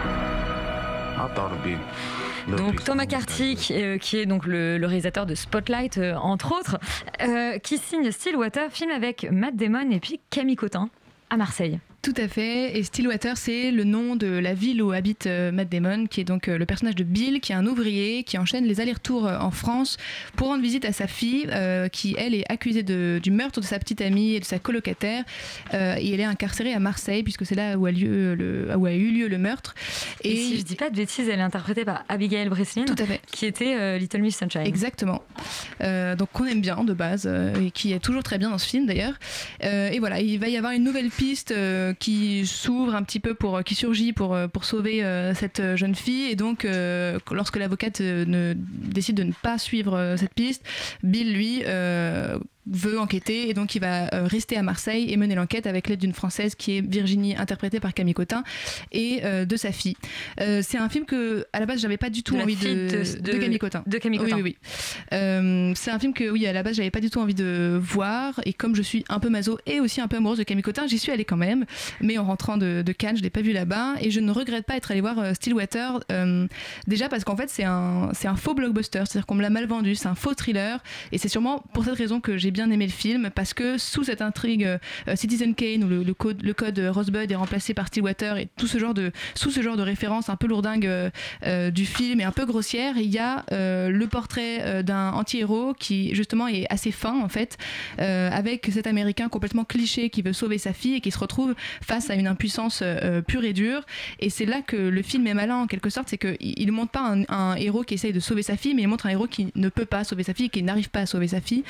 [SPEAKER 3] I thought it'd be
[SPEAKER 8] donc Tom McCarthy, qui est donc le réalisateur de Spotlight, entre autres, qui signe Stillwater, film avec Matt Damon et puis Camille Cottin à Marseille.
[SPEAKER 16] Tout à fait, et Stillwater, c'est le nom de la ville où habite Matt Damon, qui est donc le personnage de Bill, qui est un ouvrier qui enchaîne les allers-retours en France pour rendre visite à sa fille, qui elle est accusée du meurtre de sa petite amie et de sa colocataire, et elle est incarcérée à Marseille, puisque c'est là où a eu lieu le meurtre.
[SPEAKER 8] Et si je dis pas de bêtises, elle est interprétée par Abigail Breslin,
[SPEAKER 16] tout à fait,
[SPEAKER 8] qui était Little Miss Sunshine.
[SPEAKER 16] Exactement. Donc qu'on aime bien de base, et qui est toujours très bien dans ce film d'ailleurs. Et voilà, il va y avoir une nouvelle piste qui s'ouvre un petit peu qui surgit pour sauver cette jeune fille, et donc lorsque l'avocate décide de ne pas suivre cette piste, Bill lui veut enquêter, et donc il va rester à Marseille et mener l'enquête avec l'aide d'une Française qui est Virginie, interprétée par Camille Cottin, et de sa fille. C'est un film que à la base j'avais pas du tout envie de Camille Cottin.
[SPEAKER 8] De Camille Cottin.
[SPEAKER 16] Oui. C'est un film que à la base j'avais pas du tout envie de voir, et comme je suis un peu maso et aussi un peu amoureuse de Camille Cottin, j'y suis allée quand même, mais en rentrant de Cannes, je l'ai pas vu là-bas, et je ne regrette pas être allée voir Stillwater, déjà parce qu'en fait c'est un faux blockbuster, c'est-à-dire qu'on me l'a mal vendu, c'est un faux thriller, et c'est sûrement pour cette raison que j'ai bien aimé le film, parce que sous cette intrigue Citizen Kane, où le code Rosebud est remplacé par Stillwater, et sous ce genre de référence un peu lourdingue du film et un peu grossière, il y a le portrait d'un anti-héros qui justement est assez fin en fait, avec cet Américain complètement cliché qui veut sauver sa fille et qui se retrouve face à une impuissance pure et dure. Et c'est là que le film est malin en quelque sorte, c'est qu'il ne montre pas un héros qui essaye de sauver sa fille, mais il montre un héros qui ne peut pas sauver sa fille, qui n'arrive pas à sauver sa fille.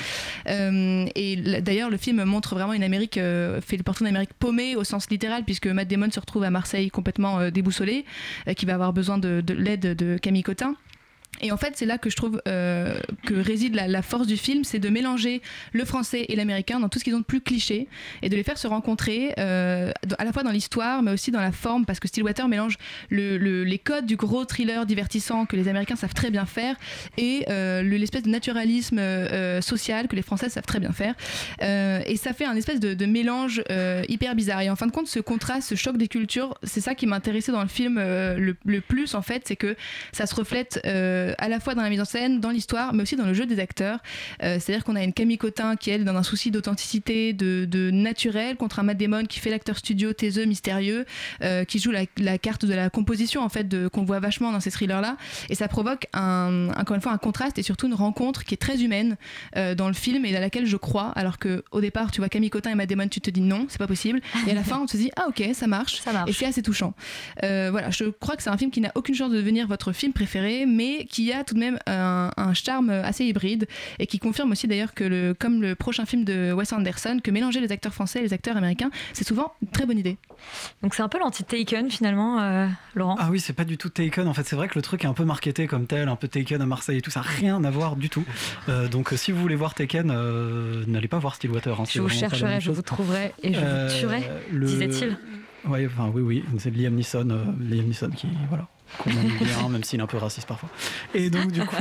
[SPEAKER 16] Et d'ailleurs le film montre vraiment une Amérique, fait le portrait d'une Amérique paumée au sens littéral, puisque Matt Damon se retrouve à Marseille complètement déboussolé, qui va avoir besoin de l'aide de Camille Cottin. Et en fait, c'est là que je trouve que réside la force du film, c'est de mélanger le français et l'américain dans tout ce qu'ils ont de plus cliché, et de les faire se rencontrer à la fois dans l'histoire, mais aussi dans la forme, parce que Stillwater mélange les codes du gros thriller divertissant que les Américains savent très bien faire, et l'espèce de naturalisme social que les Français savent très bien faire. Et ça fait un espèce de mélange hyper bizarre. Et en fin de compte, ce contraste, ce choc des cultures, c'est ça qui m'intéressait dans le film le plus, en fait, c'est que ça se reflète à la fois dans la mise en scène, dans l'histoire, mais aussi dans le jeu des acteurs. C'est-à-dire qu'on a une Camille Cottin qui, elle, dans un souci d'authenticité, de naturel, contre un Matt Damon qui fait l'acteur studio taiseux, mystérieux, qui joue la carte de la composition en fait, qu'on voit vachement dans ces thrillers-là. Et ça provoque encore une fois un contraste et surtout une rencontre qui est très humaine dans le film et à laquelle je crois. Alors qu'au départ, tu vois Camille Cottin et Matt Damon, tu te dis non, c'est pas possible. Et à la fin, on se dit ah ok, ça marche. Et c'est assez touchant. Voilà, je crois que c'est un film qui n'a aucune chance de devenir votre film préféré, mais qui a tout de même un charme assez hybride et qui confirme aussi d'ailleurs que comme le prochain film de Wes Anderson, que mélanger les acteurs français et les acteurs américains, c'est souvent une très bonne idée.
[SPEAKER 8] Donc c'est un peu l'anti-Taken finalement, Laurent.
[SPEAKER 10] Ah oui, c'est pas du tout Taken. En fait, c'est vrai que le truc est un peu marketé comme tel, un peu Taken à Marseille et tout, ça n'a rien à voir du tout. Donc si vous voulez voir Taken, n'allez pas voir Stillwater. Hein,
[SPEAKER 8] je vous chercherai, je vous trouverai et je vous tuerai, disait-il.
[SPEAKER 10] Ouais, enfin, oui, c'est Liam Neeson qui, voilà, qu'on aime bien, même s'il est un peu raciste parfois. Et donc du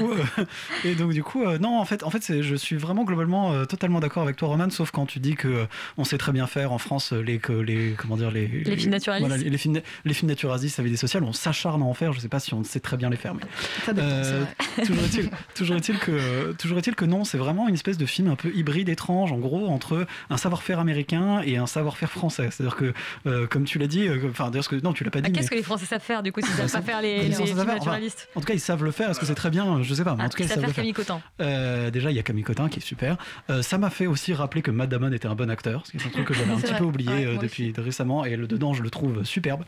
[SPEAKER 10] coup, non, en fait, je suis vraiment globalement totalement d'accord avec toi, Roman, sauf quand tu dis que on sait très bien faire en France les
[SPEAKER 8] films naturalistes.
[SPEAKER 10] Voilà, les films naturalistes avec des sociales, on s'acharne à en faire. Je sais pas si on sait très bien les faire, mais
[SPEAKER 16] ça dépend,
[SPEAKER 10] toujours est-il que non, c'est vraiment une espèce de film un peu hybride, étrange, en gros, entre un savoir-faire américain et un savoir-faire français. C'est-à-dire que, comme tu l'as dit, non, tu l'as pas dit.
[SPEAKER 8] Qu'est-ce que les Français savent faire du coup s'ils savent pas faire les films naturalistes?
[SPEAKER 10] En tout cas, ils savent le faire. Est-ce que c'est très bien? Je sais pas. Mais en tout cas,
[SPEAKER 8] ils savent faire Camille Cottin.
[SPEAKER 10] Déjà, il y a Camille Cottin qui est super. Ça m'a fait aussi rappeler que Matt Damon était un bon acteur, ce qui est un truc que j'avais un petit peu oublié depuis récemment. Et dedans, je le trouve superbe.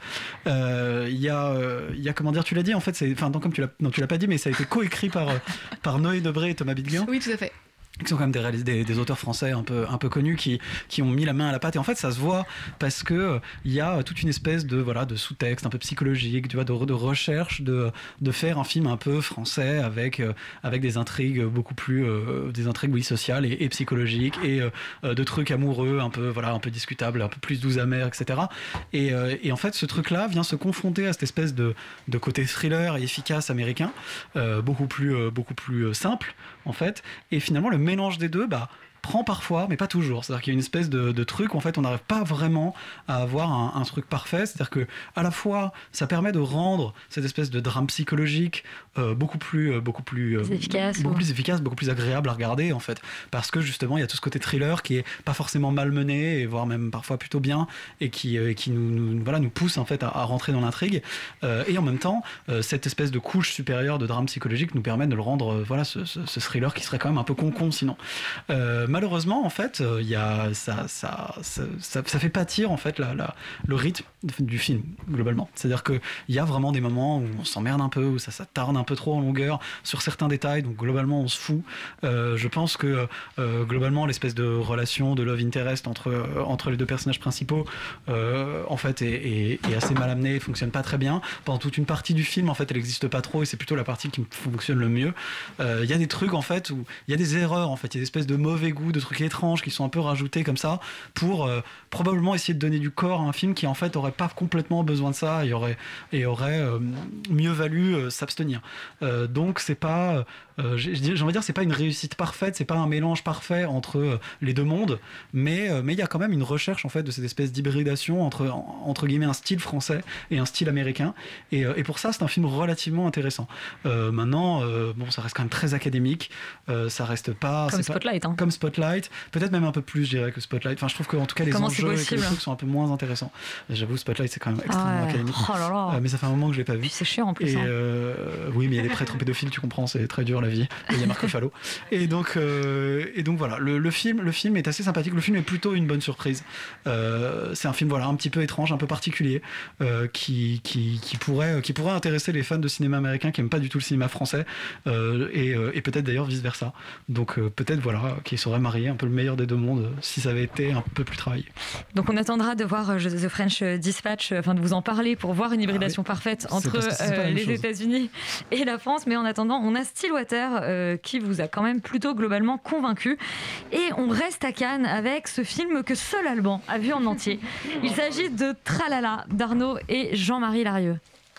[SPEAKER 10] Il y a comment dire, tu l'as dit en fait, comme tu l'as pas dit, mais ça a été coécrit par Noé Debré et Thomas Bidguin.
[SPEAKER 16] Oui, tout à fait.
[SPEAKER 10] Qui sont quand même des auteurs français un peu connus qui ont mis la main à la pâte, et en fait ça se voit parce que il y a toute une espèce de sous-texte un peu psychologique, tu vois, de recherche de faire un film un peu français avec des intrigues beaucoup plus sociales et psychologiques et de trucs amoureux un peu discutables, un peu plus doux amers, etc. Et en fait ce truc là vient se confronter à cette espèce de côté thriller et efficace américain, beaucoup plus simple en fait, et finalement le mélange des deux prend parfois, mais pas toujours. C'est-à-dire qu'il y a une espèce de truc où en fait on n'arrive pas vraiment à avoir un truc parfait. C'est-à-dire que à la fois ça permet de rendre cette espèce de drame psychologique beaucoup plus efficace, beaucoup plus agréable à regarder en fait, parce que justement il y a tout ce côté thriller qui est pas forcément malmené et voire même parfois plutôt bien et qui nous pousse en fait à rentrer dans l'intrigue, et en même temps cette espèce de couche supérieure de drame psychologique nous permet de le rendre ce thriller qui serait quand même un peu con sinon. Malheureusement, en fait, ça fait pâtir en fait le rythme du film globalement. C'est-à-dire qu'il y a vraiment des moments où on s'emmerde un peu, où ça tarde un peu trop en longueur sur certains détails. Donc globalement, on se fout. Je pense que globalement, l'espèce de relation de love interest entre les deux personnages principaux, en fait, est assez mal amenée, fonctionne pas très bien. Pendant toute une partie du film, en fait, elle n'existe pas trop, et c'est plutôt la partie qui fonctionne le mieux. Il y a des trucs en fait où il y a des erreurs, en fait, il y a des espèces de mauvais goût, de trucs étranges qui sont un peu rajoutés comme ça pour probablement essayer de donner du corps à un film qui en fait aurait pas complètement besoin de ça et aurait mieux valu s'abstenir. Donc c'est pas j'ai envie de dire, c'est pas une réussite parfaite, c'est pas un mélange parfait entre les deux mondes, mais il y a quand même une recherche en fait de cette espèce d'hybridation entre guillemets un style français et un style américain, et pour ça c'est un film relativement intéressant. Maintenant ça reste quand même très académique, ça reste pas
[SPEAKER 8] comme Spotlight,
[SPEAKER 10] comme Spotlight, peut-être même un peu plus, je dirais, que Spotlight. Enfin, je trouve qu'en tout cas les enjeux et les trucs sont un peu moins intéressants. J'avoue, Spotlight c'est quand même extrêmement académique.
[SPEAKER 8] Oh là là.
[SPEAKER 10] Mais ça fait un moment que je l'ai pas vu.
[SPEAKER 8] Puis c'est chiant en plus.
[SPEAKER 10] Et oui, mais il y a des prêtres pédophiles, tu comprends, c'est très dur la vie. Et il y a Marc Ruffalo. Et donc voilà, le film est assez sympathique. Le film est plutôt une bonne surprise. C'est un film un petit peu étrange, un peu particulier, qui pourrait intéresser les fans de cinéma américain qui aiment pas du tout le cinéma français, et peut-être d'ailleurs vice versa. Donc peut-être qui saurait marier un peu le meilleur des deux mondes si ça avait été un peu plus travaillé.
[SPEAKER 8] Donc on attendra de voir The French Dispatch, de vous en parler pour voir une hybridation parfaite entre les États-Unis et la France. Mais en attendant, on a Stillwater qui vous a quand même plutôt globalement convaincu. Et on reste à Cannes avec ce film que seul Alban a vu en entier. Il s'agit de Tralala d'Arnaud et Jean-Marie Larieux.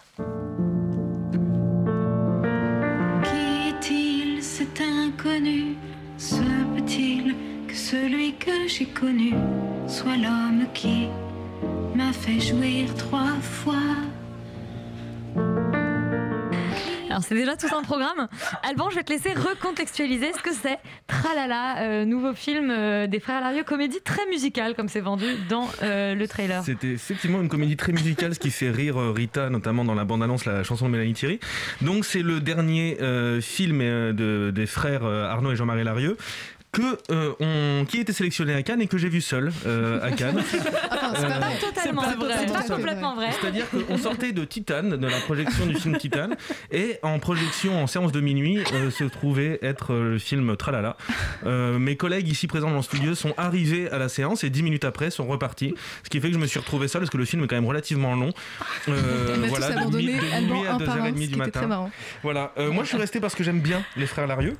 [SPEAKER 17] Qui est-il cet inconnu? Se peut-il que celui que j'ai connu soit l'homme qui m'a fait jouir 3 fois?
[SPEAKER 8] Alors c'est déjà tout un programme. Alban, je vais te laisser recontextualiser ce que c'est Tralala, nouveau film des frères Larieux, comédie très musicale comme c'est vendu dans le trailer.
[SPEAKER 11] C'était effectivement une comédie très musicale, ce qui fait rire Rita, notamment dans la bande-annonce, la chanson de Mélanie Thierry. Donc c'est le dernier film des frères Arnaud et Jean-Marie Larieux. Qui a été sélectionné à Cannes et que j'ai vu seul à Cannes.
[SPEAKER 8] Enfin, c'est pas totalement vrai. C'est pas complètement vrai.
[SPEAKER 11] C'est-à-dire qu'on sortait de Titane, de la projection du film Titane, et en projection en séance de minuit se trouvait être le film Tralala. Mes collègues ici présents dans le studio sont arrivés à la séance et 10 minutes après sont repartis. Ce qui fait que je me suis retrouvé seul parce que le film est quand même relativement long.
[SPEAKER 16] Voilà, de minuit
[SPEAKER 11] à 2h30 du matin. Voilà. Moi je suis resté parce que j'aime bien les frères Larieux.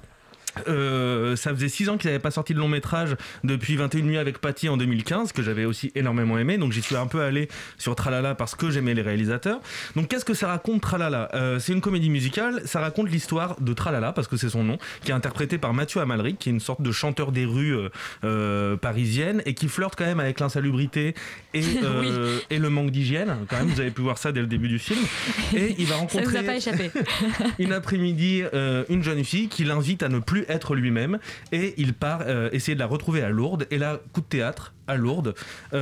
[SPEAKER 11] Ça faisait 6 ans qu'ils n'avaient pas sorti de long métrage depuis 21 nuits avec Patty en 2015, que j'avais aussi énormément aimé, donc j'y suis un peu allé sur Tralala parce que j'aimais les réalisateurs. Donc qu'est-ce que ça raconte Tralala ? C'est une comédie musicale, ça raconte l'histoire de Tralala, parce que c'est son nom, qui est interprété par Mathieu Amalric, qui est une sorte de chanteur des rues parisiennes et qui flirte quand même avec l'insalubrité et le manque d'hygiène, quand même, vous avez pu voir ça dès le début du film. Et il va rencontrer,
[SPEAKER 8] ça vous a pas échappé.
[SPEAKER 11] Une après-midi une jeune fille qui l'invite à ne plus être lui-même et il part essayer de la retrouver à Lourdes et là, coup de théâtre à Lourdes,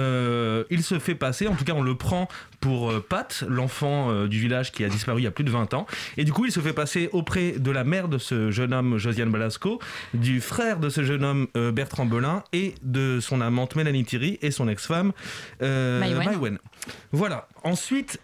[SPEAKER 11] il se fait passer, en tout cas on le prend pour Pat, l'enfant du village qui a disparu il y a plus de 20 ans, et du coup il se fait passer auprès de la mère de ce jeune homme, Josiane Balasco, du frère de ce jeune homme, Bertrand Belin, et de son amante Mélanie Thierry et son ex-femme Maïwen. Voilà. Ensuite,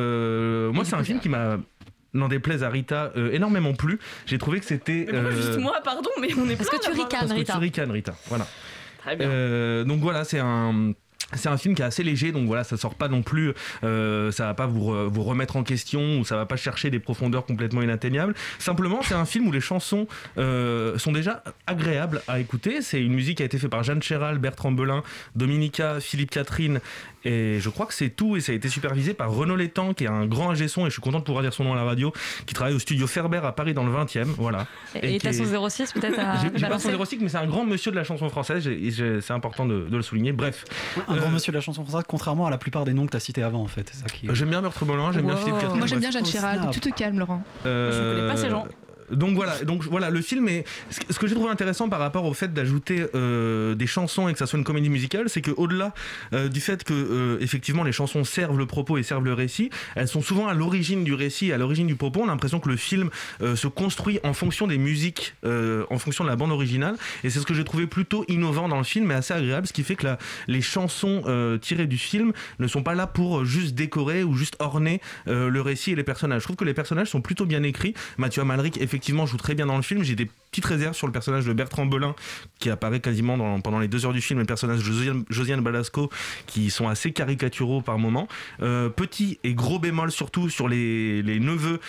[SPEAKER 11] moi c'est un film qui m'a, n'en déplaise à Rita, énormément plu. J'ai trouvé que c'était...
[SPEAKER 13] Juste moi, pardon, mais on est
[SPEAKER 8] parce que tu ricanes, Rita.
[SPEAKER 11] Parce que tu ricanes, Rita. Voilà.
[SPEAKER 13] Très bien.
[SPEAKER 11] Donc voilà, c'est un film qui est assez léger, donc voilà, ça sort pas non plus, ça va pas vous remettre en question, ou ça va pas chercher des profondeurs complètement inatteignables. Simplement, c'est un film où les chansons sont déjà agréables à écouter. C'est une musique qui a été faite par Jeanne Chéral, Bertrand Belin, Dominica, Philippe Catherine, et je crois que c'est tout, et ça a été supervisé par Renaud Létang, qui est un grand ingé son, et je suis content de pouvoir dire son nom à la radio, qui travaille au studio Ferber à Paris dans le 20e, voilà.
[SPEAKER 8] Et t'as son 06 peut-être à
[SPEAKER 11] J'ai pas son 06, mais c'est un grand monsieur de la chanson française, c'est important de le souligner. Bref.
[SPEAKER 10] Un grand monsieur de la chanson française, contrairement à la plupart des noms que t'as cités avant, en fait. C'est ça qui...
[SPEAKER 11] J'aime bien Bertrand Belin, j'aime bien Philippe Catherine.
[SPEAKER 16] Moi j'aime bien Jeanne Chéral, donc tu te calmes, Laurent.
[SPEAKER 13] Je connais pas ces gens.
[SPEAKER 11] Donc voilà, le film est... Ce que j'ai trouvé intéressant par rapport au fait d'ajouter des chansons et que ça soit une comédie musicale, c'est qu'au-delà du fait que effectivement les chansons servent le propos et servent le récit, elles sont souvent à l'origine du récit, à l'origine du propos. On a l'impression que le film se construit en fonction des musiques, en fonction de la bande originale, et c'est ce que j'ai trouvé plutôt innovant dans le film, mais assez agréable, ce qui fait que les chansons tirées du film ne sont pas là pour juste décorer ou juste orner le récit et les personnages. Je trouve que les personnages sont plutôt bien écrits. Mathieu Amalric, effectivement, joue très bien dans le film. J'ai des petites réserves sur le personnage de Bertrand Belin, qui apparaît quasiment pendant les 2 heures du film, et le personnage de Josiane Balasco, qui sont assez caricaturaux par moments. Petit et gros bémol surtout sur les neveux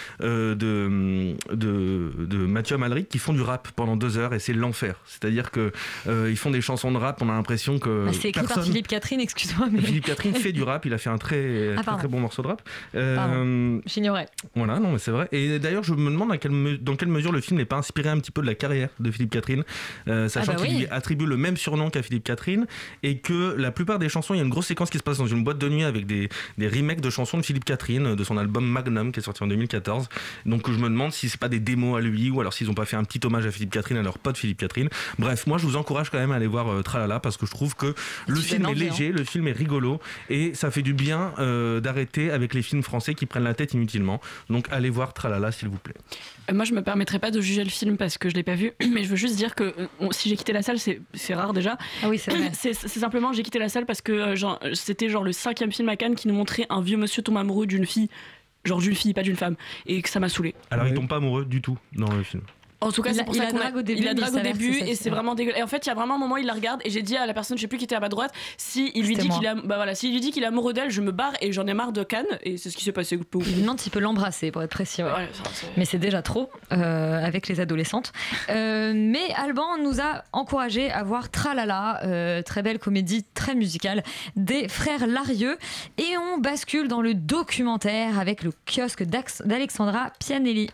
[SPEAKER 11] de Mathieu Amalric, qui font du rap pendant 2 heures, et c'est l'enfer. C'est-à-dire que ils font des chansons de rap, on a l'impression que
[SPEAKER 8] c'est écrit par Philippe Catherine, excuse-moi, mais
[SPEAKER 11] Philippe Catherine fait du rap, il a fait un très bon morceau de rap.
[SPEAKER 8] J'ignorais.
[SPEAKER 11] Voilà, non mais c'est vrai. Et d'ailleurs je me demande dans quelle mesure le film n'est pas inspiré un petit peu de la carrière de Philippe Catherine, sachant qu'il lui attribue le même surnom qu'à Philippe Catherine, et que la plupart des chansons, il y a une grosse séquence qui se passe dans une boîte de nuit avec des remakes de chansons de Philippe Catherine, de son album Magnum qui est sorti en 2014. Donc je me demande si c'est pas des démos à lui, ou alors s'ils ont pas fait un petit hommage à Philippe Catherine, à leur pote Philippe Catherine. Bref, moi je vous encourage quand même à aller voir Tralala, parce que je trouve que le film est léger, le film est rigolo, et ça fait du bien d'arrêter avec les films français qui prennent la tête inutilement. Donc allez voir Tralala s'il vous plaît.
[SPEAKER 13] Moi je me permettrai pas de juger le film parce que je l'ai pas vu, mais je veux juste dire que si j'ai quitté la salle, c'est rare déjà.
[SPEAKER 8] Ah oui, c'est vrai.
[SPEAKER 13] C'est simplement j'ai quitté la salle parce que c'était genre le 5e film à Cannes qui nous montrait un vieux monsieur tombe amoureux d'une fille, genre d'une fille, pas d'une femme, et que ça m'a saoulé.
[SPEAKER 11] Alors il tombe pas amoureux du tout dans le film.
[SPEAKER 13] En tout cas, c'est pour ça
[SPEAKER 8] qu'on
[SPEAKER 13] drague au début. Il la drague au début et c'est vraiment dégueulasse. Et en fait, il y a vraiment un moment, il la regarde et j'ai dit à la personne, je sais plus qui était à ma droite, s'il lui dit qu'il est amoureux d'elle, je me barre et j'en ai marre de Cannes, et c'est ce qui s'est passé.
[SPEAKER 8] Il lui demande s'il peut l'embrasser pour être précis. Ouais. Mais c'est déjà trop avec les adolescentes. Mais Alban nous a encouragé à voir Tralala, très belle comédie, très musicale des frères Larieux, et on bascule dans le documentaire avec le kiosque d'Alexandra Pianelli.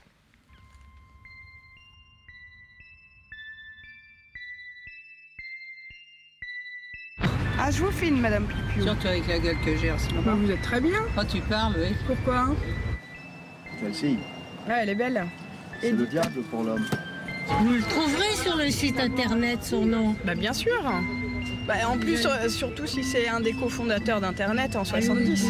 [SPEAKER 18] Ah, je vous filme, Madame Pipiou.
[SPEAKER 19] Surtout avec la gueule que j'ai en ce moment.
[SPEAKER 18] Vous êtes très bien.
[SPEAKER 19] Oh, tu parles, oui.
[SPEAKER 18] Pourquoi?
[SPEAKER 7] Celle-ci.
[SPEAKER 18] Ouais, elle est belle.
[SPEAKER 2] C'est le diable pour l'homme.
[SPEAKER 4] Vous le trouverez sur le site internet, son nom.
[SPEAKER 18] Bah bien sûr. Bah, en plus, surtout si c'est un des cofondateurs d'Internet en 70.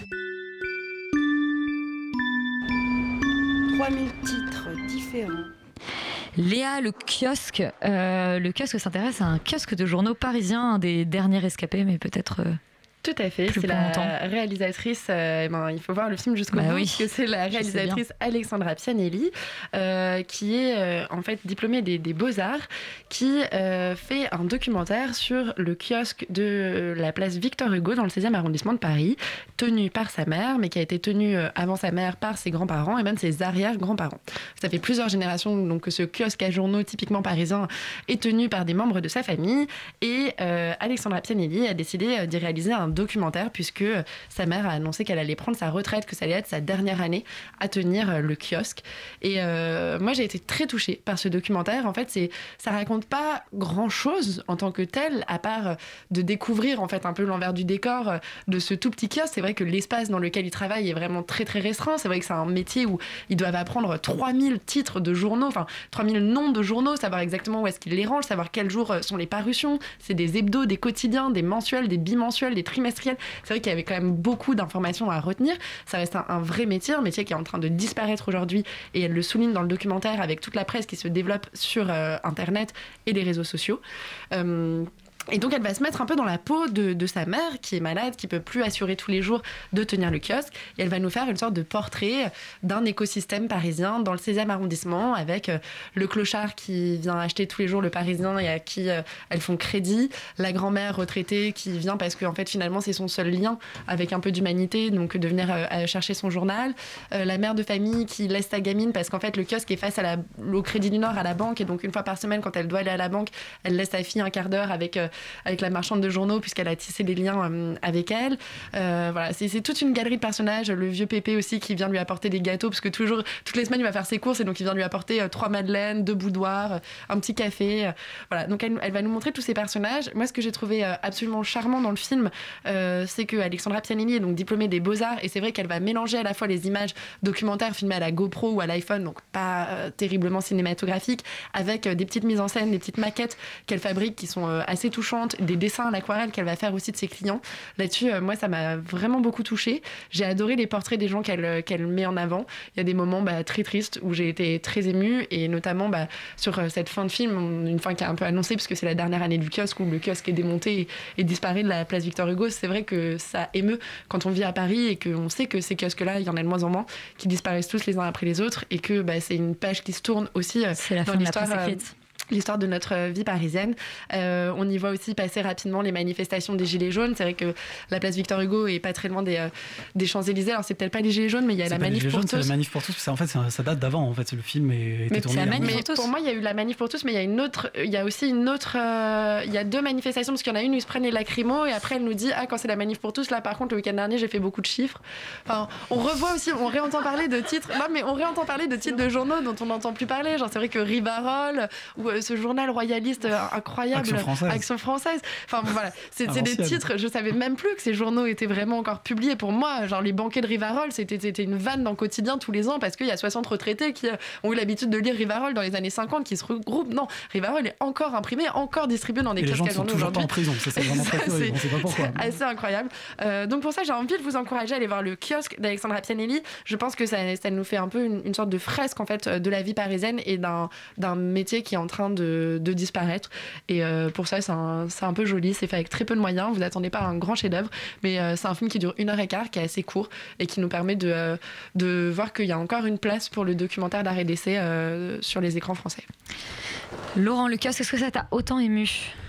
[SPEAKER 18] 3000 titres différents.
[SPEAKER 8] Léa, le kiosque s'intéresse à un kiosque de journaux parisiens, un des derniers rescapés, mais peut-être...
[SPEAKER 9] Tout à fait, c'est la réalisatrice, il faut voir le film jusqu'au bout, parce que c'est la réalisatrice Alexandra Pianelli, qui est en fait diplômée des Beaux-Arts, qui fait un documentaire sur le kiosque de la place Victor Hugo dans le 16e arrondissement de Paris, tenu par sa mère, mais qui a été tenu avant sa mère par ses grands-parents et même ses arrière-grands-parents. Ça fait plusieurs générations donc, que ce kiosque à journaux typiquement parisien est tenu par des membres de sa famille, et Alexandra Pianelli a décidé d'y réaliser un documentaire puisque sa mère a annoncé qu'elle allait prendre sa retraite, que ça allait être sa dernière année à tenir le kiosque. Et moi, j'ai été très touchée par ce documentaire. En fait, ça raconte pas grand-chose en tant que tel, à part de découvrir en fait un peu l'envers du décor de ce tout petit kiosque. C'est vrai que l'espace dans lequel ils travaillent est vraiment très très restreint. C'est vrai que c'est un métier où ils doivent apprendre 3000 titres de journaux, enfin 3000 noms de journaux, savoir exactement où est-ce qu'ils les rangent, savoir quels jours sont les parutions. C'est des hebdos, des quotidiens, des mensuels, des bimensuels, des trimestriels. C'est vrai qu'il y avait quand même beaucoup d'informations à retenir. Ça reste un vrai métier, un métier qui est en train de disparaître aujourd'hui, et elle le souligne dans le documentaire avec toute la presse qui se développe sur Internet et les réseaux sociaux. Et donc elle va se mettre un peu dans la peau de sa mère qui est malade, qui peut plus assurer tous les jours de tenir le kiosque, et elle va nous faire une sorte de portrait d'un écosystème parisien dans le 16e arrondissement, avec le clochard qui vient acheter tous les jours le Parisien et à qui elles font crédit, la grand-mère retraitée qui vient parce que en fait finalement c'est son seul lien avec un peu d'humanité, donc de venir chercher son journal, la mère de famille qui laisse sa gamine parce qu'en fait le kiosque est face au Crédit du Nord, à la banque, et donc une fois par semaine quand elle doit aller à la banque, elle laisse sa fille un quart d'heure avec la marchande de journaux puisqu'elle a tissé des liens avec elle. Voilà, c'est toute une galerie de personnages. Le vieux Pépé aussi qui vient lui apporter des gâteaux parce que toutes les semaines il va faire ses courses, et donc il vient lui apporter 3 madeleines, 2 boudoirs, un petit café. Voilà, donc elle va nous montrer tous ces personnages. Moi, ce que j'ai trouvé absolument charmant dans le film, c'est que Alexandra Pianelli est donc diplômée des Beaux-Arts, et c'est vrai qu'elle va mélanger à la fois les images documentaires filmées à la GoPro ou à l'iPhone, donc pas terriblement cinématographiques, avec des petites mises en scène, des petites maquettes qu'elle fabrique qui sont assez touchantes, des dessins à l'aquarelle qu'elle va faire aussi de ses clients. Là-dessus, moi, ça m'a vraiment beaucoup touchée. J'ai adoré les portraits des gens qu'elle met en avant. Il y a des moments très tristes où j'ai été très émue, et notamment sur cette fin de film, une fin qui est un peu annoncée puisque c'est la dernière année du kiosque, où le kiosque est démonté et disparaît de la place Victor Hugo. C'est vrai que ça émeut quand on vit à Paris et qu'on sait que ces kiosques-là, il y en a de moins en moins, qui disparaissent tous les uns après les autres, et que c'est une page qui se tourne aussi dans l'histoire. L'histoire de notre vie parisienne. On y voit aussi passer rapidement les manifestations des Gilets jaunes. C'est vrai que la place Victor Hugo est pas très loin des Champs-Élysées. Alors c'est peut-être pas les Gilets jaunes, mais il y a la manif pour tous.
[SPEAKER 10] C'est la manif pour tous. En fait, ça date d'avant. En fait, le film était tourné.
[SPEAKER 9] Mais pour moi, il y a eu la manif pour tous, mais il y a aussi une autre. Il y a 2 manifestations, parce qu'il y en a une où ils se prennent les lacrymos, et après elle nous dit quand c'est la manif pour tous, là par contre le week-end dernier j'ai fait beaucoup de chiffres. Enfin, on revoit aussi, on réentend parler de titres. Non, mais on réentend parler de titres de journaux dont on n'entend plus parler. Genre c'est vrai que Rivarol ou ce journal royaliste incroyable, Action française. Enfin voilà, c'est des titres, je savais même plus que ces journaux étaient vraiment encore publiés. Pour moi, genre les banquets de Rivarol, c'était une vanne dans le quotidien tous les ans, parce qu'il y a 60 retraités qui ont eu l'habitude de lire Rivarol dans les années 50 qui se regroupent. Non, Rivarol est encore imprimé, encore distribué dans des kiosques à journaux aujourd'hui.
[SPEAKER 10] En prison, ça c'est vraiment très terrible, on sait pas pourquoi.
[SPEAKER 9] Assez incroyable. Donc pour ça, j'ai envie de vous encourager à aller voir le kiosque d'Alexandra Pianelli. Je pense que ça nous fait un peu une sorte de fresque en fait de la vie parisienne et d'un métier qui est en train de disparaître, et pour ça c'est un peu joli, c'est fait avec très peu de moyens, vous attendez pas un grand chef-d'œuvre, mais c'est un film qui dure 1h15, qui est assez court et qui nous permet de voir qu'il y a encore une place pour le documentaire d'art et d'essai sur les écrans français.
[SPEAKER 8] Laurent, le kiosque, est-ce que ça t'a autant ému ?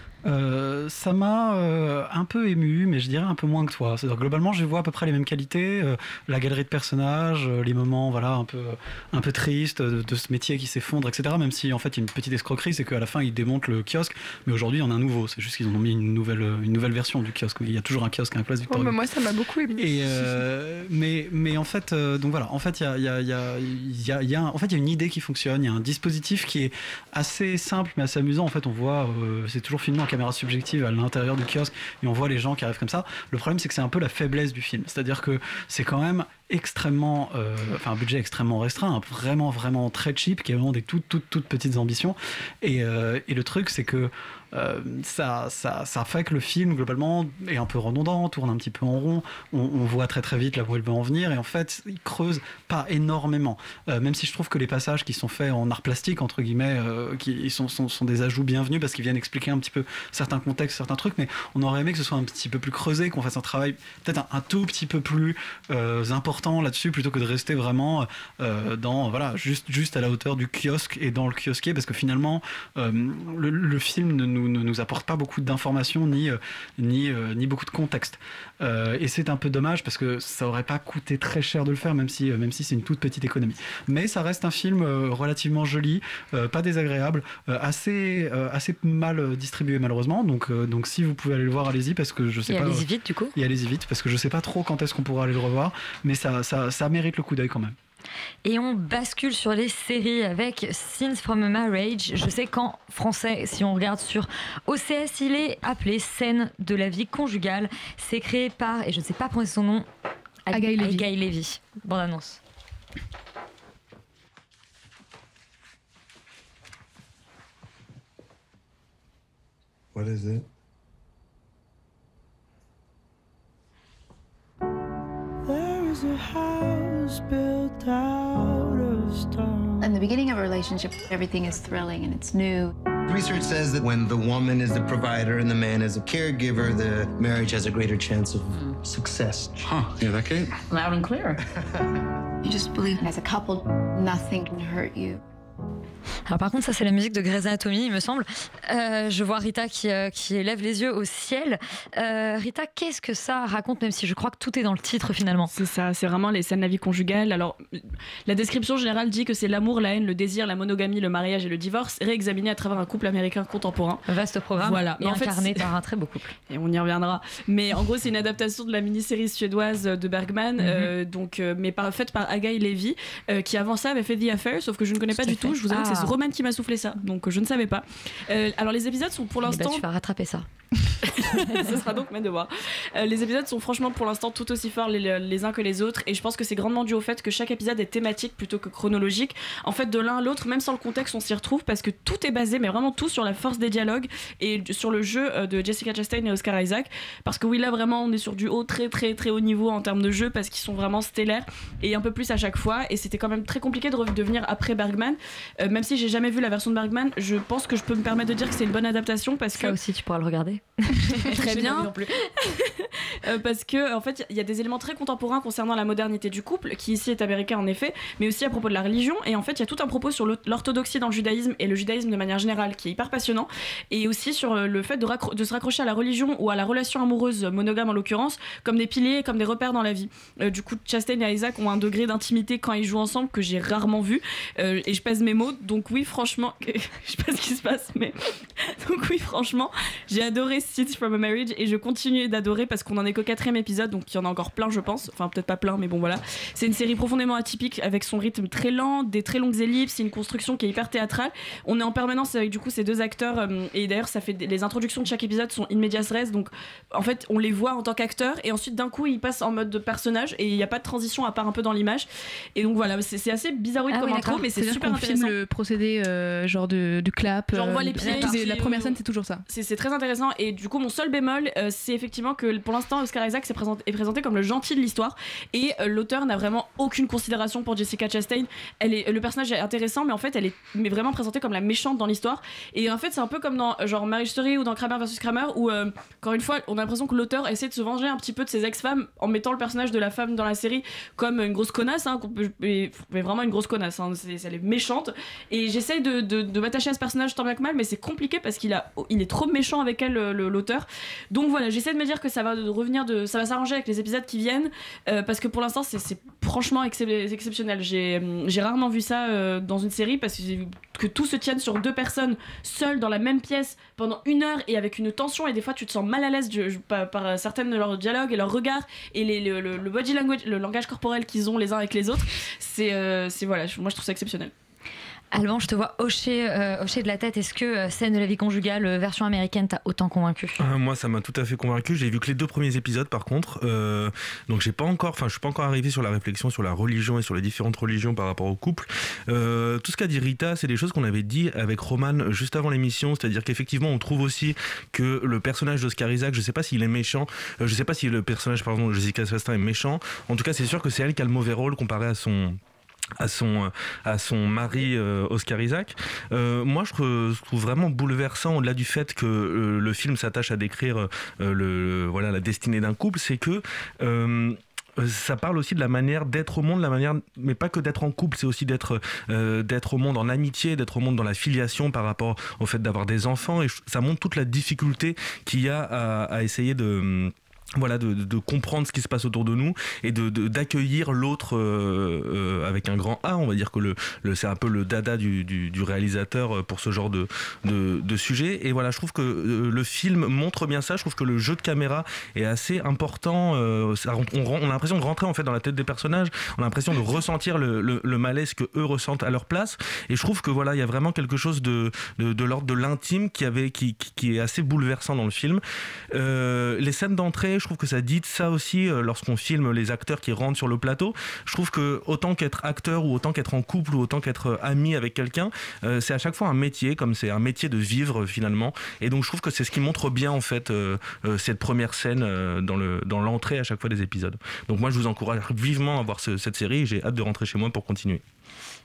[SPEAKER 10] Ça m'a un peu ému, mais je dirais un peu moins que toi. C'est-à-dire, globalement, je vois à peu près les mêmes qualités, la galerie de personnages, les moments voilà, un peu tristes de ce métier qui s'effondre, etc. Même si en fait il y a une petite escroquerie, c'est qu'à la fin ils démontent le kiosque, mais aujourd'hui il y en a un nouveau. C'est juste qu'ils en ont mis une nouvelle version du kiosque. Il y a toujours un kiosque à la place Victor Hugo.
[SPEAKER 18] Moi ça m'a beaucoup ému.
[SPEAKER 10] Et mais en fait, donc voilà, en fait il y a une idée qui fonctionne, il y a un dispositif qui est assez simple mais assez amusant. En fait, on voit, c'est toujours filmé en caméra subjective à l'intérieur du kiosque, et on voit les gens qui arrivent comme ça. Le problème, c'est que c'est un peu la faiblesse du film, c'est-à-dire que c'est quand même extrêmement, un budget extrêmement restreint, vraiment vraiment très cheap, qui a vraiment des toutes petites ambitions. Et le truc, c'est que ça fait que le film globalement est un peu redondant, tourne un petit peu en rond, on voit très vite là où il veut en venir, et en fait il creuse pas énormément, même si je trouve que les passages qui sont faits en art plastique entre guillemets qui sont des ajouts bienvenus parce qu'ils viennent expliquer un petit peu certains contextes, certains trucs, mais on aurait aimé que ce soit un petit peu plus creusé, qu'on fasse un travail peut-être un tout petit peu plus important là-dessus, plutôt que de rester vraiment dans juste à la hauteur du kiosque et dans le kiosquier, parce que finalement le film ne nous apporte pas beaucoup d'informations ni beaucoup de contexte. Et c'est un peu dommage parce que ça aurait pas coûté très cher de le faire, même si c'est une toute petite économie. Mais ça reste un film relativement joli, pas désagréable, assez mal distribué malheureusement. Donc si vous pouvez aller le voir, allez-y, parce que je sais pas.
[SPEAKER 8] Allez-y vite du coup.
[SPEAKER 10] Et allez-y vite parce que je sais pas trop quand est-ce qu'on pourra aller le revoir, mais ça mérite le coup d'œil quand même.
[SPEAKER 8] Et on bascule sur les séries avec Scenes from a Marriage. Je sais qu'en français, si on regarde sur OCS, il est appelé Scènes de la vie conjugale. C'est créé par, et je ne sais pas prononcer son nom, Agaï Lévy. Bonne annonce.
[SPEAKER 2] What is it?
[SPEAKER 17] There is a house built out of stone. In the beginning of a relationship, everything is thrilling and it's new.
[SPEAKER 1] Research says that when the woman is the provider and the man is a caregiver, the marriage has a greater chance of success.
[SPEAKER 7] Huh, yeah, that Kate?
[SPEAKER 12] Loud and clear.
[SPEAKER 17] You just believe as a couple, nothing can hurt you.
[SPEAKER 8] Alors par contre, ça c'est la musique de Grey's Anatomy, il me semble. Je vois Rita qui élève les yeux au ciel. Rita, qu'est-ce que ça raconte, même si je crois que tout est dans le titre finalement?
[SPEAKER 13] C'est ça, c'est vraiment les scènes de la vie conjugale. Alors, la description générale dit que c'est l'amour, la haine, le désir, la monogamie, le mariage et le divorce, réexaminés à travers un couple américain contemporain.
[SPEAKER 8] Vaste programme,
[SPEAKER 13] voilà.
[SPEAKER 8] Et incarné par un très beau couple.
[SPEAKER 13] Et on y reviendra. Mais en gros, c'est une adaptation de la mini-série suédoise de Bergman, mais faite par Agaï Lévy, qui avant ça avait fait The Affair, sauf que je ne connais pas du tout. Je vous avoue que c'est Roman qui m'a soufflé ça, donc je ne savais pas. Alors les épisodes sont pour l'instant...
[SPEAKER 8] tu vas rattraper ça.
[SPEAKER 13] Ce sera donc mes devoirs. Les épisodes sont franchement pour l'instant tout aussi forts les uns que les autres, et je pense que c'est grandement dû au fait que chaque épisode est thématique plutôt que chronologique. En fait, de l'un à l'autre, même sans le contexte, on s'y retrouve parce que tout est basé, mais vraiment tout, sur la force des dialogues et sur le jeu de Jessica Chastain et Oscar Isaac. Parce que oui, là vraiment, on est sur du haut, très très très haut niveau en termes de jeu, parce qu'ils sont vraiment stellaires et un peu plus à chaque fois. Et c'était quand même très compliqué de venir après Bergman. Même si j'ai jamais vu la version de Bergman, je pense que je peux me permettre de dire que c'est une bonne adaptation parce que
[SPEAKER 8] ça aussi tu pourras le regarder.
[SPEAKER 13] Très bien. Non plus. Parce que en fait il y a des éléments très contemporains concernant la modernité du couple qui ici est américain en effet, mais aussi à propos de la religion, et en fait il y a tout un propos sur l'orthodoxie dans le judaïsme et le judaïsme de manière générale qui est hyper passionnant, et aussi sur le fait de se raccrocher à la religion ou à la relation amoureuse monogame en l'occurrence comme des piliers, comme des repères dans la vie. Du coup Chastain et Isaac ont un degré d'intimité quand ils jouent ensemble que j'ai rarement vu, et je pèse mes mots, donc oui franchement je sais pas ce qui se passe, mais donc oui franchement j'ai adoré Scenes from a Marriage et je continue d'adorer parce qu'on en est qu'au 4e épisode, donc il y en a encore plein je pense, enfin peut-être pas plein mais bon voilà. C'est une série profondément atypique avec son rythme très lent, des très longues ellipses, c'est une construction qui est hyper théâtrale. On est en permanence avec du coup ces deux acteurs et d'ailleurs ça fait les introductions de chaque épisode sont in medias res, donc en fait on les voit en tant qu'acteurs et ensuite d'un coup ils passent en mode de personnage et il n'y a pas de transition à part un peu dans l'image, et donc voilà c'est assez bizarroïde comme intro, mais c'est super intéressant.
[SPEAKER 16] Filme le procédé genre du clap,
[SPEAKER 13] genre on voit les pieds,
[SPEAKER 16] la première scène c'est toujours ça.
[SPEAKER 13] C'est très intéressant, et du coup mon seul bémol c'est effectivement que pour l'instant Oscar Isaac est présenté comme le gentil de l'histoire, et l'auteur n'a vraiment aucune considération pour Jessica Chastain. Le personnage est intéressant, mais en fait elle est vraiment présentée comme la méchante dans l'histoire, et en fait c'est un peu comme dans genre Marriage Story ou dans Kramer vs Kramer où encore une fois on a l'impression que l'auteur essaie de se venger un petit peu de ses ex-femmes en mettant le personnage de la femme dans la série comme une grosse connasse, mais vraiment une grosse connasse, elle est méchante, et j'essaye de m'attacher à ce personnage tant bien que mal, mais c'est compliqué parce qu'il est trop méchant avec elle, l'auteur. Donc voilà, j'essaie de me dire que ça va ça va s'arranger avec les épisodes qui viennent, parce que pour l'instant c'est franchement exceptionnel. J'ai rarement vu ça dans une série, parce que tout se tienne sur deux personnes seules dans la même pièce pendant 1 heure et avec une tension, et des fois tu te sens mal à l'aise par certaines de leurs dialogues et leurs regards et le body language, le langage corporel qu'ils ont les uns avec les autres. C'est voilà, moi je trouve ça exceptionnel.
[SPEAKER 8] Alban, je te vois hocher de la tête. Est-ce que Scène de la vie conjugale version américaine t'a autant convaincu ?
[SPEAKER 11] Moi, ça m'a tout à fait convaincu. J'ai vu que les 2 premiers épisodes, par contre. Donc, je suis pas encore arrivé sur la réflexion sur la religion et sur les différentes religions par rapport au couple. Tout ce qu'a dit Rita, c'est des choses qu'on avait dit avec Roman juste avant l'émission. C'est-à-dire qu'effectivement, on trouve aussi que le personnage d'Oscar Isaac, je sais pas s'il est méchant. Je sais pas si le personnage, pardon, de Jessica Chastain est méchant. En tout cas, c'est sûr que c'est elle qui a le mauvais rôle comparé à son mari Oscar Isaac. Moi je trouve vraiment bouleversant, au-delà du fait que le film s'attache à décrire la destinée d'un couple, c'est que ça parle aussi de la manière d'être au monde, mais pas que d'être en couple, c'est aussi d'être au monde en amitié, d'être au monde dans la filiation par rapport au fait d'avoir des enfants, et ça montre toute la difficulté qu'il y a à essayer de comprendre ce qui se passe autour de nous et d'accueillir l'autre avec un grand A. On va dire que c'est un peu le dada du réalisateur pour ce genre de sujet. Et voilà, je trouve que le film montre bien ça. Je trouve que le jeu de caméra est assez important. On a l'impression de rentrer en fait dans la tête des personnages. On a l'impression de ressentir le malaise que eux ressentent à leur place. Et je trouve que voilà, il y a vraiment quelque chose de l'ordre de l'intime qui est assez bouleversant dans le film. Les scènes d'entrée, je trouve que ça dit ça aussi lorsqu'on filme les acteurs qui rentrent sur le plateau. Je trouve que autant qu'être acteur ou autant qu'être en couple ou autant qu'être ami avec quelqu'un, c'est à chaque fois un métier, comme c'est un métier de vivre finalement. Et donc je trouve que c'est ce qui montre bien en fait cette première scène dans l'entrée à chaque fois des épisodes. Donc moi je vous encourage vivement à voir cette série et j'ai hâte de rentrer chez moi pour continuer.
[SPEAKER 8] Romane ?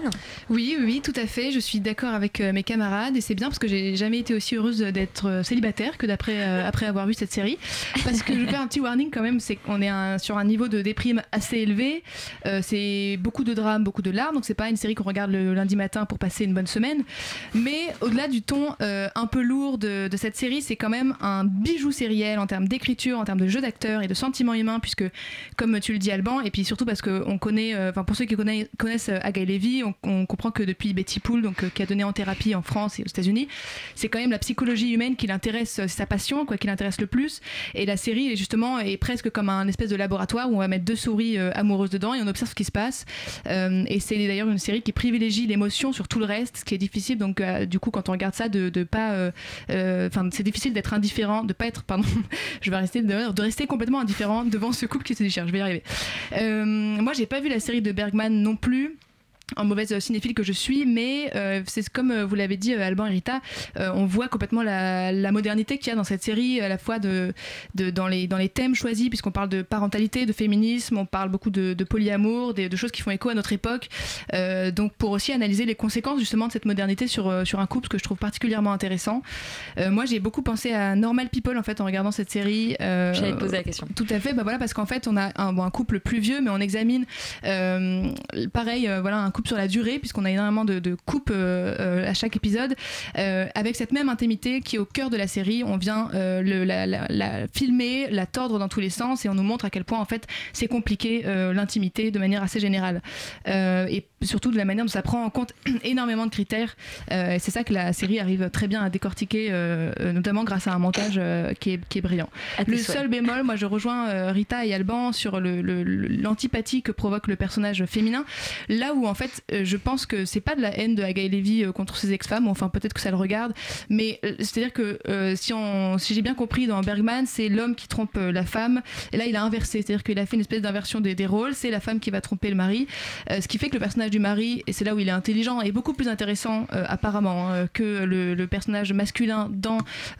[SPEAKER 16] Oui, tout à fait. Je suis d'accord avec mes camarades et c'est bien parce que j'ai jamais été aussi heureuse d'être célibataire que après avoir vu cette série. Parce que je fais un petit warning quand même, c'est qu'on est sur un niveau de déprime assez élevé. C'est beaucoup de drames, beaucoup de larmes. Donc c'est pas une série qu'on regarde le lundi matin pour passer une bonne semaine. Mais au-delà du ton un peu lourd de cette série, c'est quand même un bijou sériel en termes d'écriture, en termes de jeu d'acteur et de sentiments humains, puisque comme tu le dis Alban, et puis surtout parce qu'on connaît, pour ceux qui connaissent Agaï Lévy, on comprend que depuis Betty Pool, donc qui a donné en thérapie en France et aux États-Unis, c'est quand même la psychologie humaine qui l'intéresse, c'est sa passion qui l'intéresse le plus. Et la série justement est presque comme un espèce de laboratoire où on va mettre 2 souris amoureuses dedans et on observe ce qui se passe. Et c'est d'ailleurs une série qui privilégie l'émotion sur tout le reste, ce qui est difficile. Donc du coup, quand on regarde ça, c'est difficile d'être indifférent, de rester complètement indifférent devant ce couple qui se déchire. Je vais y arriver. Moi, j'ai pas vu la série de Bergman non plus, en mauvaise cinéphile que je suis, mais c'est comme vous l'avez dit Alban et Rita, on voit complètement la modernité qu'il y a dans cette série, à la fois dans les thèmes choisis, puisqu'on parle de parentalité, de féminisme, on parle beaucoup de polyamour, de choses qui font écho à notre époque, donc pour aussi analyser les conséquences justement de cette modernité sur un couple, ce que je trouve particulièrement intéressant. Moi j'ai beaucoup pensé à Normal People en fait en regardant cette série.
[SPEAKER 8] J'allais te poser la question.
[SPEAKER 16] Tout à fait, voilà, parce qu'en fait on a un couple plus vieux, mais on examine pareil, un couple sur la durée, puisqu'on a énormément de coupes à chaque épisode, avec cette même intimité qui est au cœur de la série. On vient la filmer, la tordre dans tous les sens, et on nous montre à quel point en fait c'est compliqué l'intimité de manière assez générale, et surtout de la manière dont ça prend en compte énormément de critères, et c'est ça que la série arrive très bien à décortiquer, notamment grâce à un montage qui est brillant. Le seul bémol, moi je rejoins Rita et Alban sur l'antipathie que provoque le personnage féminin, là où en fait je pense que c'est pas de la haine de Agaï Lévy contre ses ex-femmes, enfin peut-être que ça le regarde, mais c'est-à-dire que si j'ai bien compris, dans Bergman c'est l'homme qui trompe la femme, et là il a inversé, c'est-à-dire qu'il a fait une espèce d'inversion des rôles, c'est la femme qui va tromper le mari, ce qui fait que le personnage du mari, et c'est là où il est intelligent, est beaucoup plus intéressant apparemment que le personnage masculin dans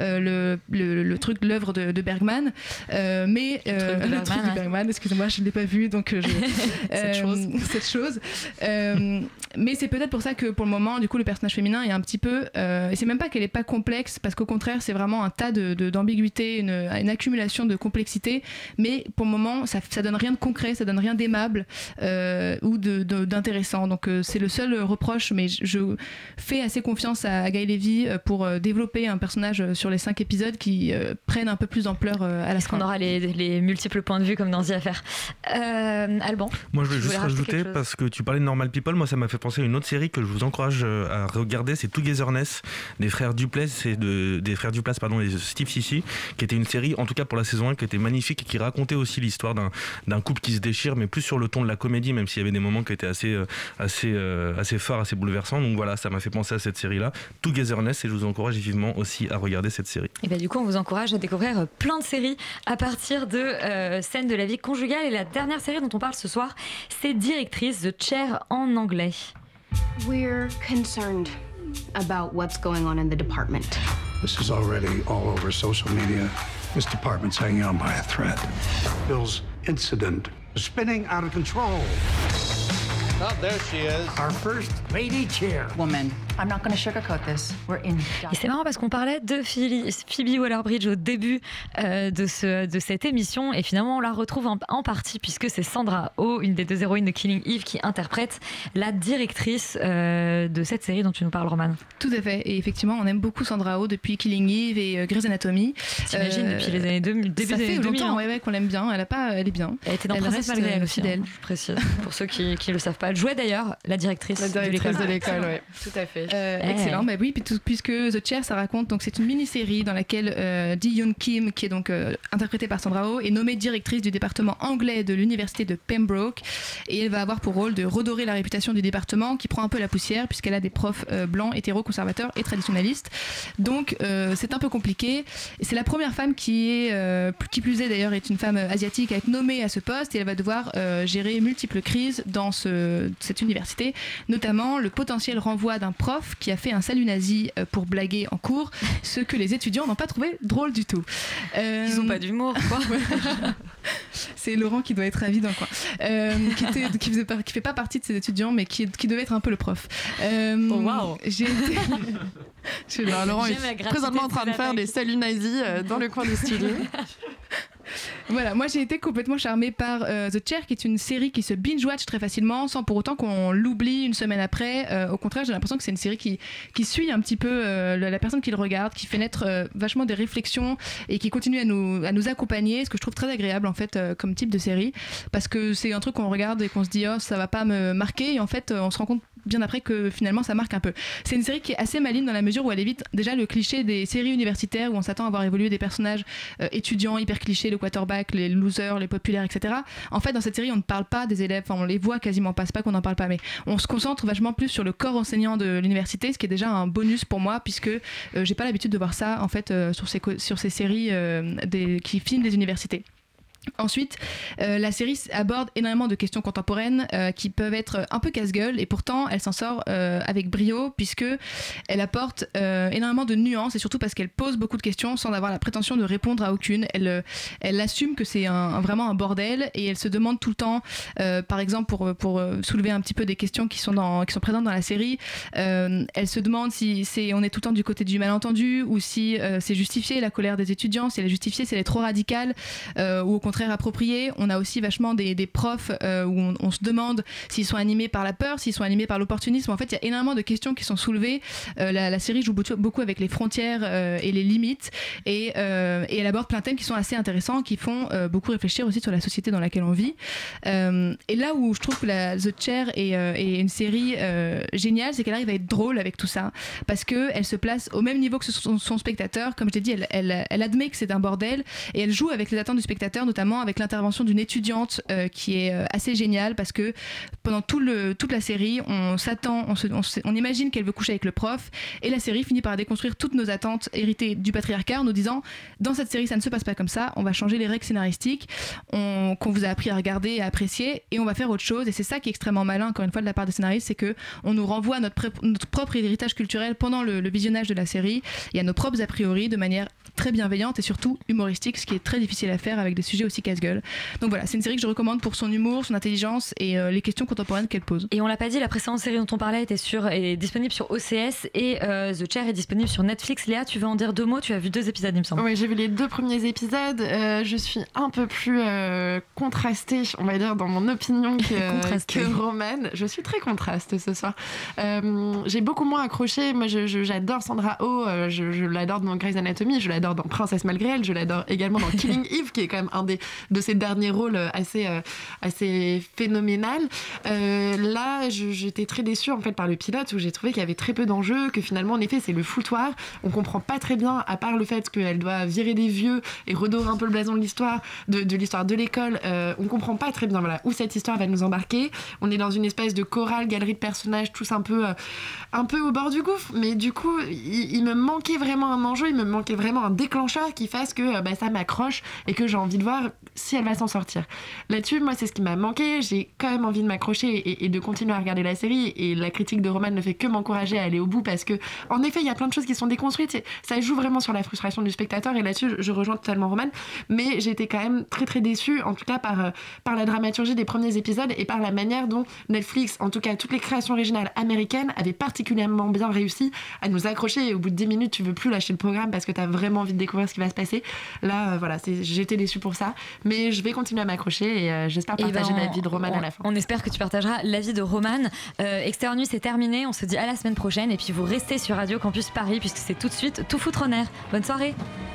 [SPEAKER 16] le truc, l'œuvre de Bergman, mais le truc de Bergman, excusez-moi je ne l'ai pas vu donc cette chose. Mais c'est peut-être pour ça que pour le moment du coup le personnage féminin est un petit peu et c'est même pas qu'elle est pas complexe, parce qu'au contraire c'est vraiment un tas d'ambiguïté, une accumulation de complexité, mais pour le moment ça donne rien de concret, ça donne rien d'aimable ou d'intéressant, donc c'est le seul reproche, mais je fais assez confiance à Agaï Lévy pour développer un personnage sur les 5 épisodes qui prennent un peu plus d'ampleur à la fin.
[SPEAKER 8] On aura les multiples points de vue comme dans The Affair. Alban,
[SPEAKER 11] moi je voulais juste rajouter, parce que tu parlais de Normal People, moi ça m'a fait penser à une autre série que je vous encourage à regarder, c'est Togetherness des frères Duplass et des frères Duplass et de Steve Sissi, qui était une série, en tout cas pour la saison 1, qui était magnifique et qui racontait aussi l'histoire d'un couple qui se déchire, mais plus sur le ton de la comédie, même s'il y avait des moments qui étaient assez forts, assez bouleversants. Donc voilà, ça m'a fait penser à cette série-là, Togetherness, et je vous encourage vivement aussi à regarder cette série.
[SPEAKER 8] Et du coup, on vous encourage à découvrir plein de séries à partir de scènes de la vie conjugale. Et la dernière série dont on parle ce soir, c'est Directrice, The Chair en anglais.
[SPEAKER 15] We're concerned about what's going on in the department.
[SPEAKER 7] This is already all over social media. This department's hanging on by a thread. Bill's incident is spinning out of control.
[SPEAKER 20] Oh, there she is.
[SPEAKER 5] Our first lady chairwoman. I'm not going to sugarcoat this. We're in.
[SPEAKER 8] Et c'est marrant parce qu'on parlait de Phoebe Waller-Bridge au début de cette émission, et finalement on la retrouve en partie puisque c'est Sandra Oh, une des deux héroïnes de Killing Eve, qui interprète la directrice de cette série dont tu nous parles, Romane.
[SPEAKER 16] Tout à fait, et effectivement on aime beaucoup Sandra Oh depuis Killing Eve et Grey's Anatomy.
[SPEAKER 8] T'imagines, depuis les années 2000, début des années 2000.
[SPEAKER 16] Ça fait longtemps qu'on l'aime bien, elle est bien.
[SPEAKER 8] Elle était dans Princesse Malgré elle aussi,
[SPEAKER 16] fidèle.
[SPEAKER 8] Je précise, pour ceux qui le savent pas. Elle jouait d'ailleurs la directrice
[SPEAKER 9] de l'école, oui, tout à fait.
[SPEAKER 16] Excellent, bah oui, puisque The Chair, ça raconte, donc c'est une mini-série dans laquelle Ji-Yoon Kim, qui est donc interprétée par Sandra Oh, est nommée directrice du département anglais de l'université de Pembroke, et elle va avoir pour rôle de redorer la réputation du département qui prend un peu la poussière puisqu'elle a des profs blancs, hétéro-conservateurs et traditionnalistes. Donc c'est un peu compliqué. Et c'est la première femme qui plus est d'ailleurs, est une femme asiatique à être nommée à ce poste, et elle va devoir gérer multiples crises dans cette université, notamment le potentiel renvoi d'un prof qui a fait un salut nazi pour blaguer en cours, ce que les étudiants n'ont pas trouvé drôle du tout.
[SPEAKER 8] Ils n'ont pas d'humour, quoi.
[SPEAKER 16] C'est Laurent qui doit être ravi d'un coin, qui fait pas partie de ces étudiants, mais qui devait être un peu le prof.
[SPEAKER 8] Wow.
[SPEAKER 9] Laurent est présentement en train de faire des saluts nazis dans le coin du studio.
[SPEAKER 16] Voilà, moi j'ai été complètement charmée par The Chair, qui est une série qui se binge-watch très facilement sans pour autant qu'on l'oublie une semaine après. Au contraire, j'ai l'impression que c'est une série qui suit un petit peu la personne qui le regarde, qui fait naître vachement des réflexions et qui continue à nous accompagner, ce que je trouve très agréable en fait comme type de série, parce que c'est un truc qu'on regarde et qu'on se dit oh ça va pas me marquer, et en fait on se rend compte bien après que finalement ça marque un peu. C'est une série qui est assez maligne dans la mesure où elle évite déjà le cliché des séries universitaires où on s'attend à voir évoluer des personnages étudiants hyper clichés, le quarterback, les losers, les populaires, etc. En fait, dans cette série, on ne parle pas des élèves, enfin, on les voit quasiment pas, c'est pas qu'on n'en parle pas, mais on se concentre vachement plus sur le corps enseignant de l'université, ce qui est déjà un bonus pour moi, puisque j'ai pas l'habitude de voir ça en fait sur ces séries qui filment des universités. Ensuite, la série aborde énormément de questions contemporaines qui peuvent être un peu casse-gueule, et pourtant elle s'en sort avec brio, puisque elle apporte énormément de nuances, et surtout parce qu'elle pose beaucoup de questions sans avoir la prétention de répondre à aucune. Elle assume que c'est vraiment un bordel, et elle se demande tout le temps, par exemple pour soulever un petit peu des questions qui sont présentes dans la série, elle se demande si on est tout le temps du côté du malentendu, ou si c'est justifié la colère des étudiants, si elle est justifiée, si elle est trop radicale, ou au contraire approprié. On a aussi vachement des profs où on se demande s'ils sont animés par la peur, s'ils sont animés par l'opportunisme. En fait, il y a énormément de questions qui sont soulevées. La série joue beaucoup avec les frontières et les limites, et elle aborde plein de thèmes qui sont assez intéressants, qui font beaucoup réfléchir aussi sur la société dans laquelle on vit. Et là où je trouve que The Chair est une série géniale, c'est qu'elle arrive à être drôle avec tout ça, parce qu'elle se place au même niveau que son spectateur. Comme je l'ai dit, elle admet que c'est un bordel, et elle joue avec les attentes du spectateur, notamment avec l'intervention d'une étudiante qui est assez géniale, parce que pendant toute la série, on imagine qu'elle veut coucher avec le prof, et la série finit par déconstruire toutes nos attentes héritées du patriarcat en nous disant dans cette série ça ne se passe pas comme ça, on va changer les règles scénaristiques qu'on vous a appris à regarder et à apprécier, et on va faire autre chose. Et c'est ça qui est extrêmement malin, encore une fois, de la part des scénaristes, c'est que on nous renvoie à notre propre héritage culturel pendant le visionnage de la série, et à nos propres a priori, de manière très bienveillante et surtout humoristique, ce qui est très difficile à faire avec des sujets aussi casse-gueule. Donc voilà, c'est une série que je recommande pour son humour, son intelligence et les questions contemporaines qu'elle pose.
[SPEAKER 8] Et on l'a pas dit, la précédente série dont on parlait est disponible sur OCS, et The Chair est disponible sur Netflix. Léa, tu veux en dire 2 mots? Tu as vu 2 épisodes, il me semble.
[SPEAKER 9] Oui, j'ai vu les 2 premiers épisodes. Je suis un peu plus contrastée, on va dire, dans mon opinion que Romane. Je suis très contraste ce soir. J'ai beaucoup moins accroché. Moi, j'adore Sandra Oh. Je l'adore dans Grey's Anatomy. Je l'adore l'adore dans Princesse malgré elle, je l'adore également dans Killing Eve, qui est quand même un de ses derniers rôles assez phénoménal. Là, j'étais très déçue en fait par le pilote, où j'ai trouvé qu'il y avait très peu d'enjeux, que finalement en effet c'est le foutoir. On comprend pas très bien, à part le fait qu'elle doit virer des vieux et redorer un peu le blason de l'histoire de l'école, on comprend pas très bien où cette histoire va nous embarquer. On est dans une espèce de chorale, galerie de personnages, tous un peu au bord du gouffre, mais du coup il me manquait vraiment un enjeu, il me manquait vraiment un déclencheur qui fasse que ça m'accroche et que j'ai envie de voir si elle va s'en sortir. Là-dessus, moi c'est ce qui m'a manqué, j'ai quand même envie de m'accrocher et de continuer à regarder la série, et la critique de Roman ne fait que m'encourager à aller au bout, parce que en effet il y a plein de choses qui sont déconstruites, ça joue vraiment sur la frustration du spectateur, et là-dessus je rejoins totalement Roman, mais j'ai été quand même très très déçue, en tout cas par la dramaturgie des premiers épisodes et par la manière dont Netflix, en tout cas toutes les créations originales américaines, avaient particulièrement bien réussi à nous accrocher, et au bout de 10 minutes tu veux plus lâcher le programme parce que t'as vraiment envie de découvrir ce qui va se passer. Là j'étais déçue pour ça, mais je vais continuer à m'accrocher, et j'espère partager l'avis de Roman à la fin.
[SPEAKER 8] On espère que tu partageras l'avis de Roman. Externe c'est terminé, on se dit à la semaine prochaine, et puis vous restez sur Radio Campus Paris puisque c'est tout de suite Tout foutre en air. Bonne soirée.